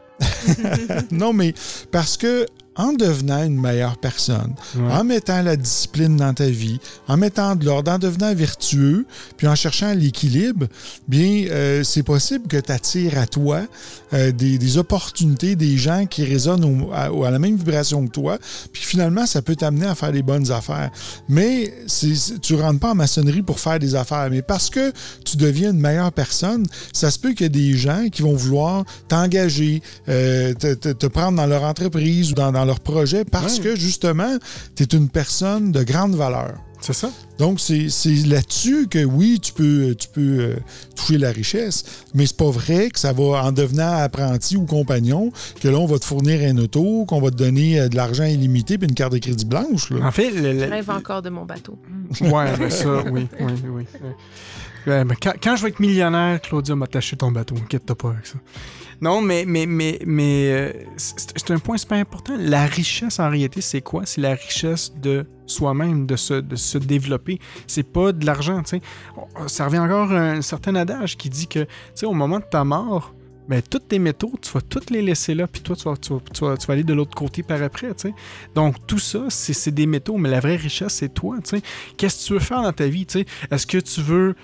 Non, mais parce que en devenant une meilleure personne, ouais. en mettant la discipline dans ta vie, en mettant de l'ordre, en devenant vertueux, puis en cherchant l'équilibre, bien, euh, c'est possible que tu attires à toi euh, des, des opportunités, des gens qui résonnent au, à, à la même vibration que toi, puis finalement, ça peut t'amener à faire des bonnes affaires. Mais c'est, c'est, tu ne rentres pas en maçonnerie pour faire des affaires, mais parce que tu deviens une meilleure personne, ça se peut qu'il y ait des gens qui vont vouloir t'engager, euh, te, te, te prendre dans leur entreprise ou dans, dans leur projet parce ouais. que, justement, tu es une personne de grande valeur. C'est ça. Donc, c'est, c'est là-dessus que, oui, tu peux, tu peux euh, toucher la richesse, mais c'est pas vrai que ça va, en devenant apprenti ou compagnon, que là, on va te fournir un auto, qu'on va te donner euh, de l'argent illimité puis une carte de crédit blanche. Là. En fait... Le, le... Je rêve encore de mon bateau. Ouais, mais ça, oui, oui, oui. Ouais, mais quand, quand je vais être millionnaire, Claudia m'a taché ton bateau. Inquiète-toi pas avec ça. Non, mais, mais, mais, mais euh, c'est, c'est un point super important. La richesse, en réalité, c'est quoi? C'est la richesse de soi-même, de se, de se développer. C'est pas de l'argent, tu sais. Ça revient encore à un certain adage qui dit que, tu sais, au moment de ta mort, ben, tous tes métaux, tu vas tous les laisser là, puis toi, tu vas, tu, vas, tu, vas, tu vas aller de l'autre côté par après, tu sais. Donc, tout ça, c'est, c'est des métaux, mais la vraie richesse, c'est toi, tu sais. Qu'est-ce que tu veux faire dans ta vie, tu sais? Est-ce que tu veux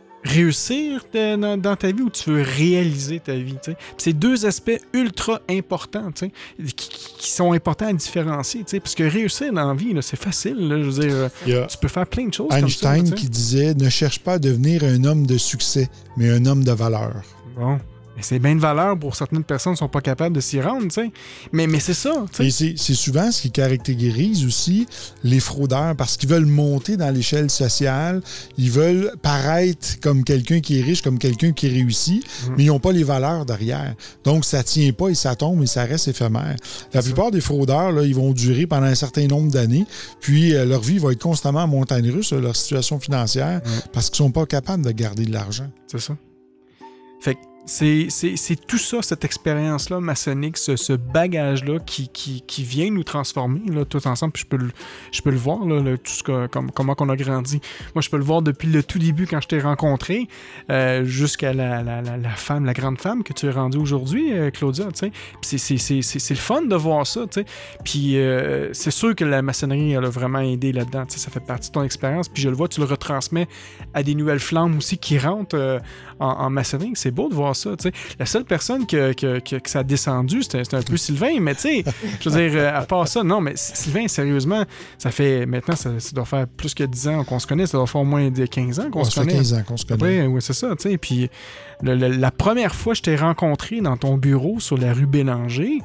réussir de, dans, dans ta vie ou tu veux réaliser ta vie, tu sais? C'est deux aspects ultra importants, tu sais, qui, qui sont importants à différencier, tu sais, parce que réussir dans la vie, là, c'est facile, là, je veux dire, yeah. tu peux faire plein de choses Einstein comme ça. Einstein qui disait « Ne cherche pas à devenir un homme de succès, mais un homme de valeur. » Bon. Mais c'est bien de valeur pour certaines personnes qui ne sont pas capables de s'y rendre, tu sais. Mais, mais c'est ça, tu sais. Et c'est, c'est souvent ce qui caractérise aussi les fraudeurs, parce qu'ils veulent monter dans l'échelle sociale, ils veulent paraître comme quelqu'un qui est riche, comme quelqu'un qui réussit, mmh. mais ils n'ont pas les valeurs derrière. Donc, ça ne tient pas et ça tombe et ça reste éphémère. La c'est plupart ça. Des fraudeurs, là, ils vont durer pendant un certain nombre d'années, puis euh, leur vie va être constamment en montagne russe, là, leur situation financière, mmh. parce qu'ils ne sont pas capables de garder de l'argent. C'est ça. Fait que C'est, c'est, c'est tout ça, cette expérience-là maçonnique, ce, ce bagage-là qui, qui, qui vient nous transformer là, tout ensemble. Puis je peux le, je peux le voir, là, le, tout ce que, comme, comment on a grandi. Moi, je peux le voir depuis le tout début quand je t'ai rencontré, euh, jusqu'à la, la, la, la femme, la grande femme que tu es rendue aujourd'hui, euh, Claudia. Puis c'est, c'est, c'est, c'est, c'est le fun de voir ça. T'sais. Puis euh, c'est sûr que la maçonnerie elle a vraiment aidé là-dedans. T'sais. Ça fait partie de ton expérience. Puis je le vois, tu le retransmets à des nouvelles flammes aussi qui rentrent euh, en, en maçonnerie. C'est beau de voir ça, t'sais. La seule personne que, que, que, que ça a descendu, c'était, c'était un peu Sylvain, mais tu sais, je veux dire, à part ça, non, mais Sylvain, sérieusement, ça fait, maintenant, ça, ça doit faire plus que dix ans qu'on se connaît, ça doit faire au moins quinze ans qu'on ouais, se connaît. Ça fait quinze ans qu'on se connaît. Oui, ouais, c'est ça, tu sais, puis le, le, la première fois que je t'ai rencontré dans ton bureau sur la rue Bélanger,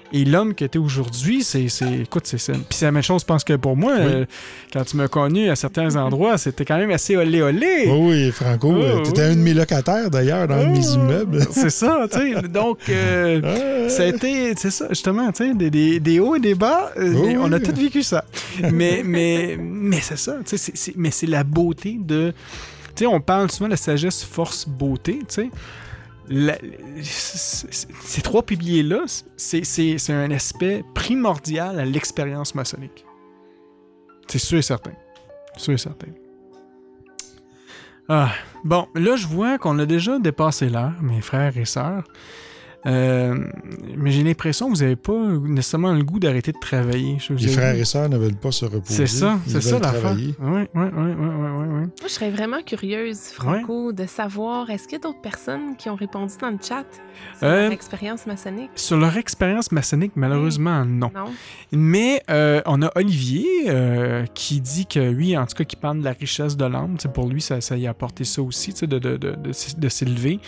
Et l'homme que tu es aujourd'hui, c'est, c'est... Écoute, c'est ça. Puis c'est la même chose, je pense que pour moi, Oui. euh, quand tu m'as connu à certains endroits, c'était quand même assez olé-olé. Oui, oui, Franco, Oh, tu étais oui. un de mes locataires, d'ailleurs, dans un de mes Oh, immeubles. C'est ça, tu sais. Donc, euh, Ah. ça a été, c'est ça, justement, tu sais, des, des, des hauts et des bas. euh, Oh, mais on a oui. tous vécu ça. mais, mais, mais c'est ça, tu sais, c'est, c'est, mais c'est la beauté de... Tu sais, on parle souvent de sagesse, force, beauté, tu sais. La- c'est- ces trois piliers-là, c'est, c'est, c'est un aspect primordial à l'expérience maçonnique. C'est sûr et certain. Sûr et certain. Ah, bon, là, je vois qu'on a déjà dépassé l'heure, mes frères et sœurs. Euh, mais j'ai l'impression que vous n'avez pas nécessairement le goût d'arrêter de travailler. Je Les frères et sœurs ne veulent pas se reposer. C'est ça, Ils c'est ça veulent l'affaire. travailler. Oui, oui, oui, oui, oui, oui. Moi, je serais vraiment curieuse, Franco, de savoir, est-ce qu'il y a d'autres personnes qui ont répondu dans le chat sur Euh, leur expérience maçonnique? Sur leur expérience maçonnique, malheureusement, non. Non? Mais euh, on a Olivier euh, qui dit que lui, en tout cas, qui parle de la richesse de l'âme. Tu sais, pour lui, ça, ça y a apporté ça aussi, tu sais, de, de, de, de, de s'élever.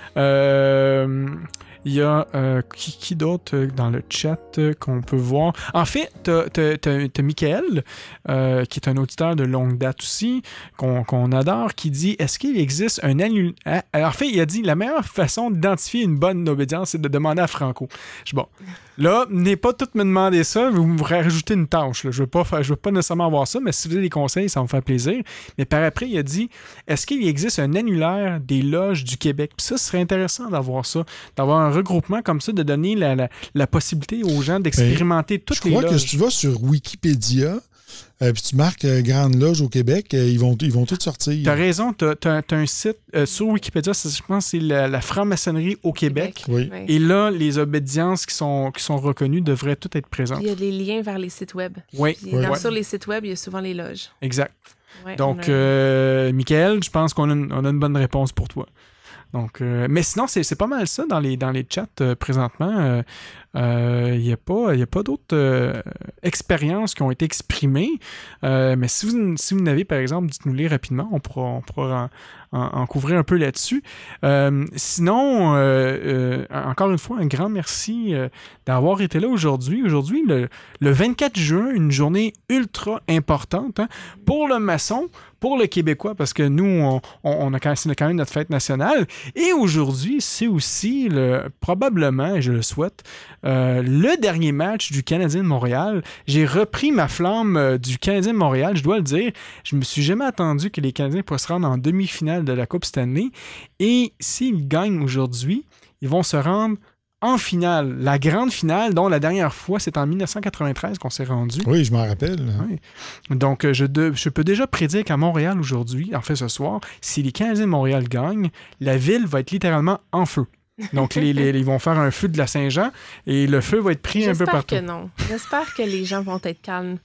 Euh, Il y a euh, qui, qui d'autre euh, dans le chat euh, qu'on peut voir? En fait, t'as, t'as, t'as, t'as Michael, euh, qui est un auditeur de longue date aussi, qu'on, qu'on adore, qui dit, est-ce qu'il existe un annul... Ah, en fait, il a dit, la meilleure façon d'identifier une bonne obédience, c'est de demander à Franco. Je dis, bon, là, n'ayez pas tout me demander ça, vous me rajoutez une tâche. Là. Je veux pas faire, je veux pas nécessairement avoir ça, mais si vous avez des conseils, ça va me faire plaisir. Mais par après, il a dit, est-ce qu'il existe un annulaire des loges du Québec? Puis ça, ce serait intéressant d'avoir ça, d'avoir un regroupement comme ça, de donner la, la, la possibilité aux gens d'expérimenter toutes Je les crois loges. que si tu vas sur Wikipédia, euh, puis tu marques euh, Grande Loge au Québec, euh, ils, vont, ils vont tous sortir. T'as raison, t'as, t'as, t'as un site euh, sur Wikipédia, c'est, je pense que c'est la, la franc-maçonnerie au Québec. Oui. Ouais. Et là, les obédiences qui sont, qui sont reconnues devraient toutes être présentes. Il y a des liens vers les sites web. Oui, Puis Ouais. dans- ouais, Sur les sites web, il y a souvent les loges. exact. Ouais, Donc, on a- euh, Michael, je pense qu'on a une, on a une bonne réponse pour toi. Donc, euh, mais sinon, c'est, c'est pas mal ça dans les, dans les chats euh, présentement. Il euh, n'y euh, a pas, y a pas d'autres euh, expériences qui ont été exprimées. Euh, mais si vous, si vous n'avez, par exemple, dites-nous-les rapidement. On pourra, on pourra en, en, en couvrir un peu là-dessus. Euh, sinon, euh, euh, encore une fois, un grand merci euh, d'avoir été là aujourd'hui. Aujourd'hui, le, le vingt-quatre juin, une journée ultra importante hein, pour le maçon, pour le Québécois, parce que nous, on, on a quand même, c'est quand même notre fête nationale. Et aujourd'hui, c'est aussi le, probablement, et je le souhaite, euh, le dernier match du Canadien de Montréal. J'ai repris ma flamme euh, du Canadien de Montréal, je dois le dire. Je me suis jamais attendu que les Canadiens puissent se rendre en demi-finale de la Coupe Stanley. Et s'ils gagnent aujourd'hui, ils vont se rendre en finale, la grande finale, dont la dernière fois, c'est en dix-neuf cent quatre-vingt-treize qu'on s'est rendu. Oui, je m'en rappelle. Oui. Donc, euh, je, de- je peux déjà prédire qu'à Montréal aujourd'hui, en fait ce soir, si les Canadiens de Montréal gagnent, la ville va être littéralement en feu. Donc, les, les- ils vont faire un feu de la Saint-Jean et le feu va être pris un peu J'espère partout. que non. J'espère que les gens vont être calmes.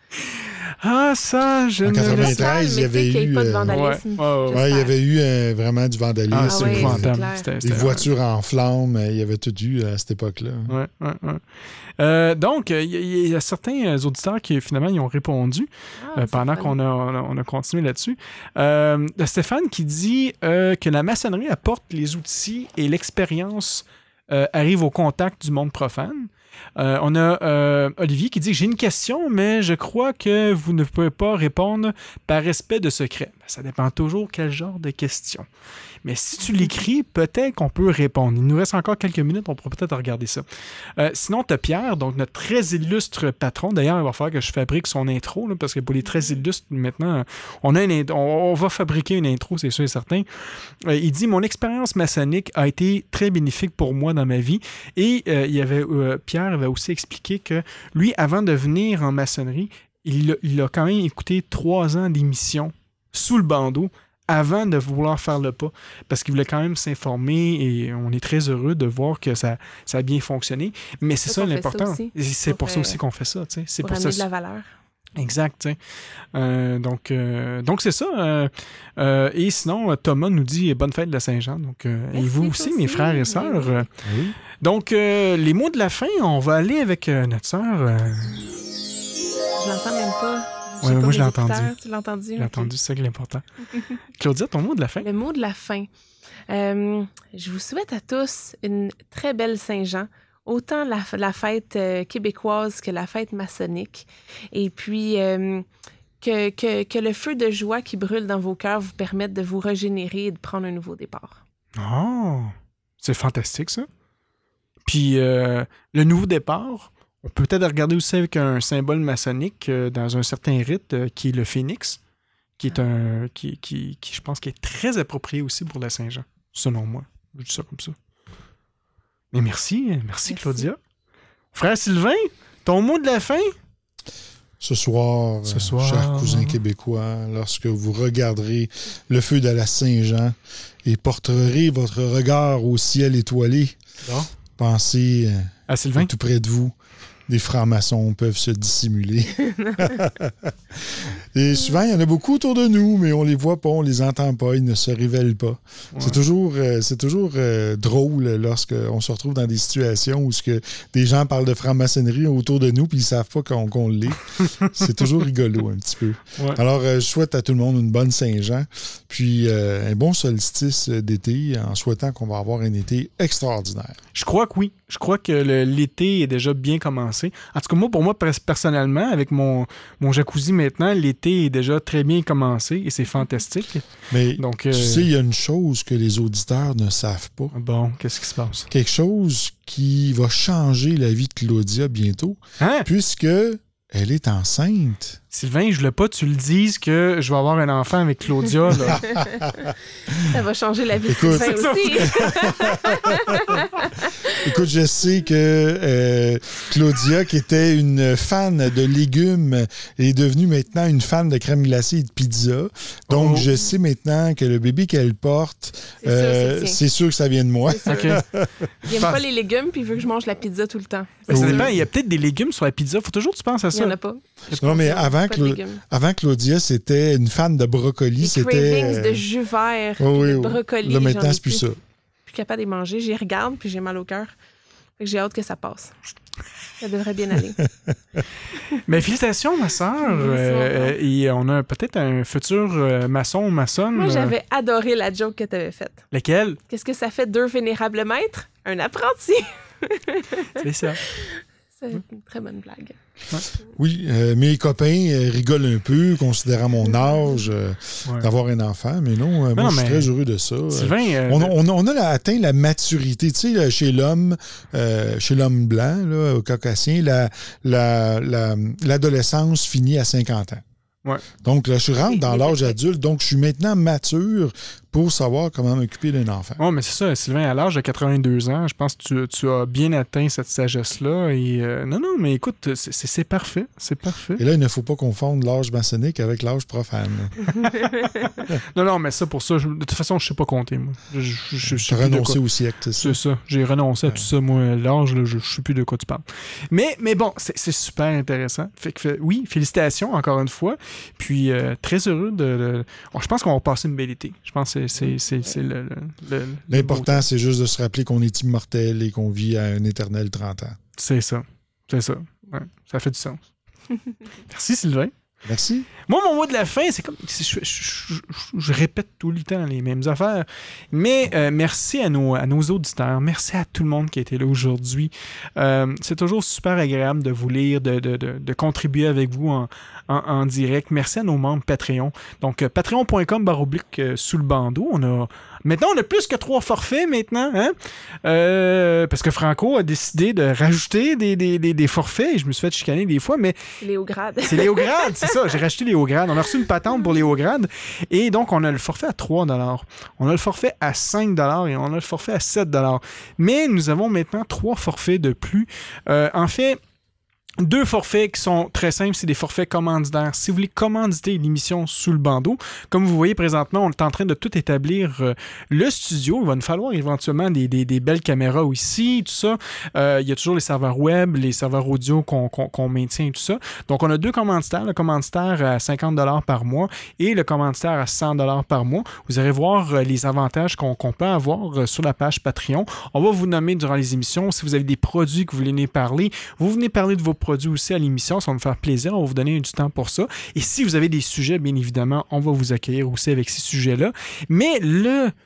Ah, ça, je En ne le sais quatre-vingt-treize, Calmes, il y mais tu sais avait qu'il y ait eu, pas de euh, vandalisme. Ouais, ouais, ouais. Ouais, il y avait eu euh, vraiment du vandalisme. Ah, Ah c'est oui, épouvantable. c'est clair. C'était- Des c'était- voitures en flammes, euh, il y avait tout eu à cette époque-là. Ouais, ouais, ouais. Euh, donc, il y, y- y a certains euh, auditeurs qui, finalement, ils ont répondu Ah, euh, c'est pendant fun. qu'on a, on a, on a continué là-dessus. Euh, Stéphane qui dit euh, que la maçonnerie apporte les outils et l'expérience euh, arrive au contact du monde profane. Euh, on a euh, Olivier qui dit « J'ai une question, mais je crois que vous ne pouvez pas répondre par respect de secret. » Ben, ça dépend toujours quel genre de question. Mais si tu l'écris, peut-être qu'on peut répondre. Il nous reste encore quelques minutes, on pourra peut-être regarder ça. Euh, sinon, tu as Pierre, donc notre très illustre patron. D'ailleurs, il va falloir que je fabrique son intro, là, parce que pour les très illustres, maintenant, on, a une int- on, on va fabriquer une intro, c'est sûr et certain. Euh, il dit « Mon expérience maçonnique a été très bénéfique pour moi dans ma vie. » Et euh, il y avait, euh, Pierre avait aussi expliqué que lui, avant de venir en maçonnerie, il, a- il a quand même écouté trois ans d'émissions sous le bandeau avant de vouloir faire le pas, parce qu'il voulait quand même s'informer et on est très heureux de voir que ça, ça a bien fonctionné. Mais c'est C'est ça qu'on fait l'important. ça aussi. Et c'est Pour, pour ça euh, aussi qu'on fait ça. tu sais. C'est Pour pour amener ça. de la valeur. Exact. tu sais. Euh, donc, euh, donc c'est ça. euh, euh, et sinon, Thomas nous dit bonne fête de la Saint-Jean. Donc, euh, et Merci, vous toi aussi, aussi. mes frères et Oui, sœurs. oui. euh, Oui. donc, euh, les mots de la fin, on va aller avec euh, notre sœur. euh, Je l'entends même pas. J'ai Ouais, pas moi, mes je l'ai entendu. écouteurs. Tu l'as entendu? J'ai Ok. entendu, c'est ça qui est l'important. Claudia, ton mot de la fin? Le mot de la fin. Euh, je vous souhaite à tous une très belle Saint-Jean autant la, la fête euh, québécoise que la fête maçonnique. Et puis, euh, que, que, que le feu de joie qui brûle dans vos cœurs vous permette de vous régénérer et de prendre un nouveau départ. Oh, c'est fantastique, ça. Puis, euh, le nouveau départ, on peut peut-être regarder aussi avec un symbole maçonnique euh, dans un certain rite euh, qui est le phénix, qui est un qui, qui, qui, je pense, qui est très approprié aussi pour la Saint-Jean, selon moi. Je dis ça comme ça. Mais merci, merci, merci. Claudia. Frère Sylvain, ton mot de la fin? Ce soir, Ce soir, chers cousins québécois, lorsque vous regarderez le feu de la Saint-Jean et porterez votre regard au ciel étoilé, bon. pensez à Sylvain. Tout près de vous, des francs-maçons peuvent se dissimuler. Et souvent, il y en a beaucoup autour de nous, mais on les voit pas, on les entend pas, ils ne se révèlent pas. Ouais. C'est toujours, euh, c'est toujours euh, drôle lorsqu'on se retrouve dans des situations où ce que des gens parlent de franc-maçonnerie autour de nous puis ils savent pas qu'on, qu'on l'est. C'est toujours rigolo un petit peu. Ouais. Alors, euh, je souhaite à tout le monde une bonne Saint-Jean, puis euh, un bon solstice d'été en souhaitant qu'on va avoir un été extraordinaire. Je crois que oui. Je crois que le, l'été est déjà bien commencé. En tout cas, moi, pour moi, personnellement, avec mon, mon jacuzzi maintenant, l'été est déjà très bien commencé et c'est fantastique. Mais Donc, tu euh... sais, il y a une chose que les auditeurs ne savent pas. Bon, qu'est-ce qui se passe? Quelque chose qui va changer la vie de Claudia bientôt, hein? Puisque elle est enceinte. Sylvain, je voulais pas que tu le dises que je vais avoir un enfant avec Claudia. Là. Ça va changer la vie de Sylvain aussi. Écoute, je sais que euh, Claudia, qui était une fan de légumes, est devenue maintenant une fan de crème glacée et de pizza. Donc, oh. je sais maintenant que le bébé qu'elle porte, c'est, euh, sûr, c'est, c'est sûr que ça vient de moi. Okay. Il n'aime pas les légumes puis il veut que je mange la pizza tout le temps. Ben, ça dépend, il y a peut-être des légumes sur la pizza. Faut toujours que tu penses à ça. Il n'y en a pas. Non, mais avant, Cla... avant Claudia, c'était une fan de brocoli. Les c'était cravings euh... de jus vert, oh, oui, de oui. brocoli. Là, maintenant, c'est plus ça. Plus capable de les manger. J'y regarde puis j'ai mal au cœur. Fait que j'ai hâte que ça passe. Ça devrait bien aller. Mais félicitations, ma sœur. Euh, et on a peut-être un futur euh, maçon ou maçonne. Moi, j'avais adoré la joke que tu avais faite. Laquelle? Qu'est-ce que ça fait deux vénérables maîtres? Un apprenti. C'est ça. C'est une très bonne blague. Ouais. Oui, euh, mes copains euh, rigolent un peu, considérant mon âge, euh, ouais. d'avoir un enfant, mais non, euh, moi, non, je suis très heureux de ça. Sylvain, euh, on, on, on a atteint la maturité, tu sais, là, chez l'homme, euh, chez l'homme blanc, là, au caucasien, la, la, la, l'adolescence finit à cinquante ans. Ouais. Donc, là, je rentre dans l'âge adulte, donc je suis maintenant mature pour savoir comment m'occuper d'un enfant. Oui, mais c'est ça, Sylvain, à l'âge de quatre-vingt-deux ans, je pense que tu, tu as bien atteint cette sagesse-là. Et euh, non, non, mais écoute, c'est, c'est, c'est parfait, c'est parfait. Et là, il ne faut pas confondre l'âge maçonnique avec l'âge profane. non, non, mais ça, pour ça, je, de toute façon, je ne sais pas compter, moi. Je, je, je, je tu as renoncé au siècle, c'est ça? C'est ça, j'ai renoncé à ouais. tout ça, moi, l'âge, là, je ne sais plus de quoi tu parles. Mais, mais bon, c'est, c'est super intéressant. Fait que, oui, félicitations, encore une fois. Puis, euh, très heureux de... de... Oh, je pense qu'on va passer une belle été. Je pense que c'est, c'est, c'est, c'est le, le, le... L'important, le c'est juste de se rappeler qu'on est immortel et qu'on vit à un éternel trente ans. C'est ça. C'est ça. Ouais, ça fait du sens. Merci, Sylvain. Merci. Moi, mon mot de la fin, c'est comme... Je, je, je, je, je répète tout le temps les mêmes affaires. Mais euh, merci à nos, à nos auditeurs. Merci à tout le monde qui a été là aujourd'hui. Euh, c'est toujours super agréable de vous lire, de, de, de, de contribuer avec vous en, en, en direct. Merci à nos membres Patreon. Donc, euh, patreon point com barre oblique euh, sous le bandeau. On a... Maintenant, on a plus que trois forfaits maintenant, hein? Euh, parce que Franco a décidé de rajouter des, des, des, des forfaits et je me suis fait chicaner des fois, mais... C'est les hauts grades. C'est les hauts grades, c'est ça. J'ai rajouté les hauts grades. On a reçu une patente pour les hauts grades et donc on a le forfait à trois dollars. On a le forfait à cinq dollars et on a le forfait à sept dollars. Mais nous avons maintenant trois forfaits de plus. Euh, en fait... Deux forfaits qui sont très simples, c'est des forfaits commanditaires. Si vous voulez commanditer l'émission sous le bandeau, comme vous voyez présentement, on est en train de tout établir euh, le studio. Il va nous falloir éventuellement des, des, des belles caméras ici, tout ça. Euh, il y a toujours les serveurs web, les serveurs audio qu'on, qu'on, qu'on maintient et tout ça. Donc, on a deux commanditaires. Le commanditaire à cinquante dollars par mois et le commanditaire à cent dollars par mois. Vous allez voir euh, les avantages qu'on, qu'on peut avoir euh, sur la page Patreon. On va vous nommer durant les émissions. Si vous avez des produits que vous voulez venir parler, vous venez parler de vos produits aussi à l'émission, ça va nous faire plaisir, on va vous donner du temps pour ça. Et si vous avez des sujets, bien évidemment, on va vous accueillir aussi avec ces sujets-là. Mais le,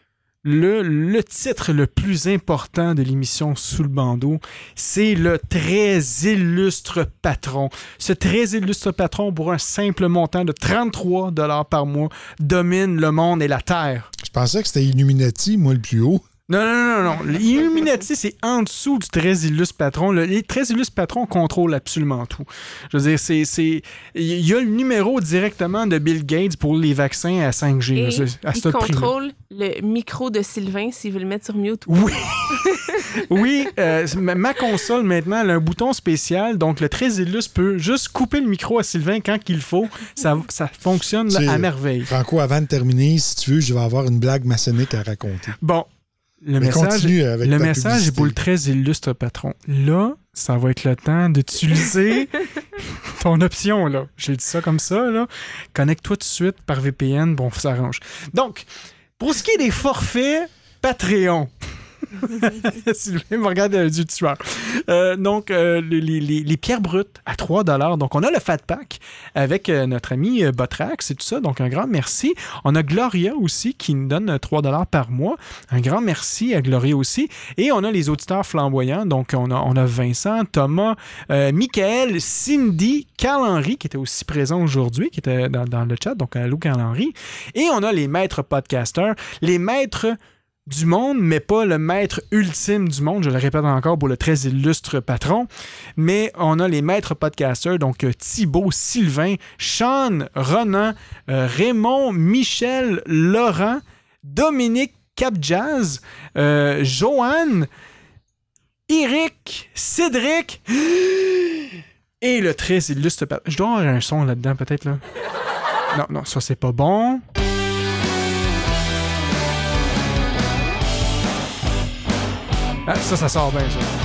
le, le titre le plus important de l'émission Sous le bandeau, c'est le très illustre patron. Ce très illustre patron, pour un simple montant de trente-trois dollars par mois, domine le monde et la Terre. Je pensais que c'était Illuminati, moi, le plus haut. Non, non, non, non. L'Illuminati, c'est en dessous du très illustre patron. Le, les très illustres patrons contrôlent absolument tout. Je veux dire, c'est... c'est il y a le numéro directement de Bill Gates pour les vaccins à cinq G. Et là, à il ce contrôle le micro de Sylvain s'il veut le mettre sur mute. Oui. Oui, euh, ma, ma console, maintenant, elle a un bouton spécial. Donc, le très illustre peut juste couper le micro à Sylvain quand il faut. Ça, ça fonctionne là, à merveille. Franco, avant de terminer, si tu veux, je vais avoir une blague maçonnique à raconter. Bon. Le Mais message, avec le ta message est publicité. pour le très illustre patron. Là, ça va être le temps d'utiliser ton option, là. J'ai dit ça comme ça, là. Connecte-toi tout de suite par V P N, bon, ça s'arrange. Donc, pour ce qui est des forfaits Patreon, Sylvain me regarde euh, du tueur. Euh, donc, euh, les, les, les pierres brutes à trois dollars. Donc, on a le Fat Pack avec euh, notre ami euh, Botrax et tout ça. Donc, un grand merci. On a Gloria aussi qui nous donne euh, trois dollars par mois. Un grand merci à Gloria aussi. Et on a les auditeurs flamboyants. Donc, on a, on a Vincent, Thomas, euh, Michael, Cindy, Carl-Henry qui était aussi présent aujourd'hui, qui était dans, dans le chat. Donc, allô Carl-Henry. Et on a les maîtres podcasters, les maîtres du monde, mais pas le maître ultime du monde, je le répète encore pour le très illustre patron, mais on a les maîtres podcasters, donc euh, Thibaut, Sylvain, Sean, Ronan, euh, Raymond, Michel, Laurent, Dominique Capjazz, euh, Joanne, Eric, Cédric et le très illustre patron. Je dois avoir un son là-dedans peut-être là. Non, non, ça c'est pas bon. Ah, ça, ça sort bien,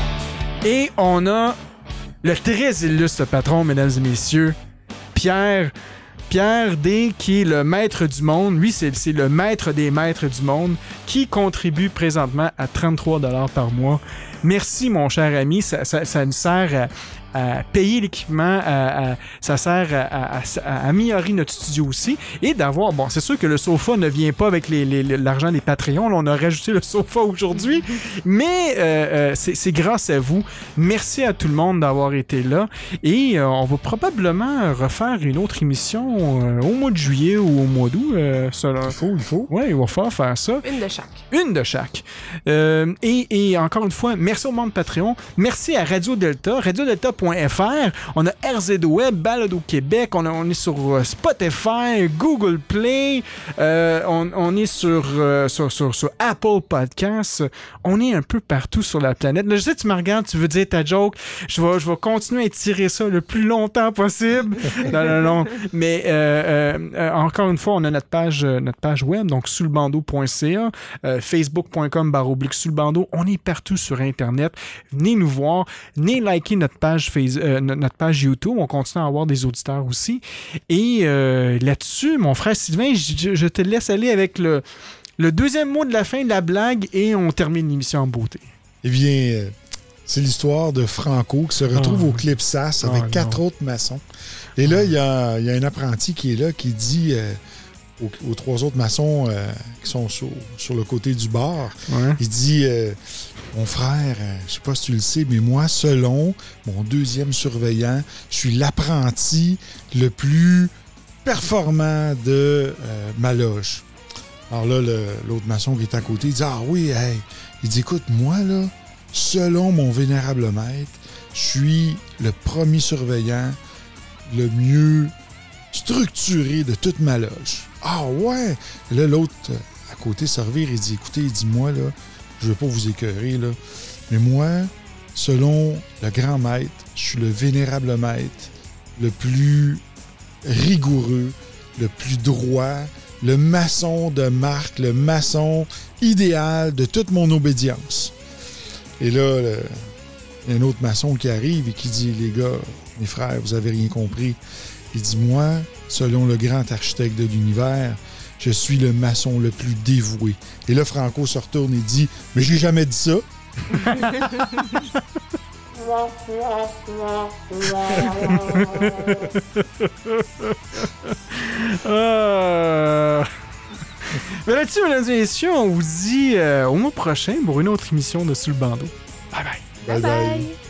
ça. Et on a le très illustre patron, mesdames et messieurs, Pierre, Pierre D, qui est le maître du monde. Lui, c'est, c'est le maître des maîtres du monde, qui contribue présentement à trente-trois dollars par mois. Merci, mon cher ami. Ça, ça, ça nous sert à, à payer l'équipement, à, à, ça sert à, à, à, à améliorer notre studio aussi et d'avoir... Bon, c'est sûr que le sofa ne vient pas avec les, les, l'argent des Patreons. Là, on a rajouté le sofa aujourd'hui, mais euh, euh, c'est, c'est grâce à vous. Merci à tout le monde d'avoir été là et euh, on va probablement refaire une autre émission euh, au mois de juillet ou au mois d'août. Euh, selon... Il faut, il faut. Oui, il va falloir faire ça. Une de chaque. Une de chaque. Euh, et, et encore une fois, merci au monde Patreon. Merci à Radio Delta, radio delta point f r. On a R Z Web, Balado Québec. On, a, on est sur Spotify, Google Play. Euh, on, on est sur, euh, sur, sur, sur Apple Podcasts. On est un peu partout sur la planète. Là, je sais, tu me regardes, tu veux dire ta joke. Je vais, je vais continuer à étirer ça le plus longtemps possible. non, non, non. Mais euh, euh, encore une fois, on a notre page, notre page web, donc sous le bandeau point c a, euh, facebook point com barre oblique sous le bandeau. On est partout sur Internet. Venez nous voir. Venez liker notre page Facebook, euh, notre page YouTube. On continue à avoir des auditeurs aussi. Et euh, là-dessus, mon frère Sylvain, je, je te laisse aller avec le, le deuxième mot de la fin de la blague et on termine l'émission en beauté. Eh bien, euh, c'est l'histoire de Franco qui se retrouve oh. au Clipsas avec oh, quatre non. autres maçons. Et là, il y a, y a un apprenti qui est là qui dit euh, aux, aux trois autres maçons euh, qui sont sur, sur le côté du bar, Ouais. il dit euh, mon frère, euh, je sais pas si tu le sais, mais moi, selon mon deuxième surveillant, je suis l'apprenti le plus performant de euh, ma loge. Alors là, le, l'autre maçon qui est à côté, il dit « Ah oui, hey. » Il dit « Écoute, moi, là, selon mon vénérable maître, je suis le premier surveillant le mieux structuré de toute ma loge. »« Ah ouais! » Et là, l'autre à côté se revire, il dit « Écoutez, il dit, moi, là, je veux pas vous écœurer, là, mais moi, selon le grand maître, je suis le vénérable maître le plus rigoureux, le plus droit, le maçon de marque, le maçon idéal de toute mon obédience. » Et là, le, il y a un autre maçon qui arrive et qui dit « Les gars, mes frères, vous avez rien compris. » Il dit « Moi, selon le grand architecte de l'univers, je suis le maçon le plus dévoué. » Et là, Franco se retourne et dit « Mais j'ai jamais dit ça. » euh... Mais là-dessus, mesdames et messieurs, on vous dit euh, au mois prochain pour une autre émission de Sous le bandeau. Bye bye. Bye bye. bye.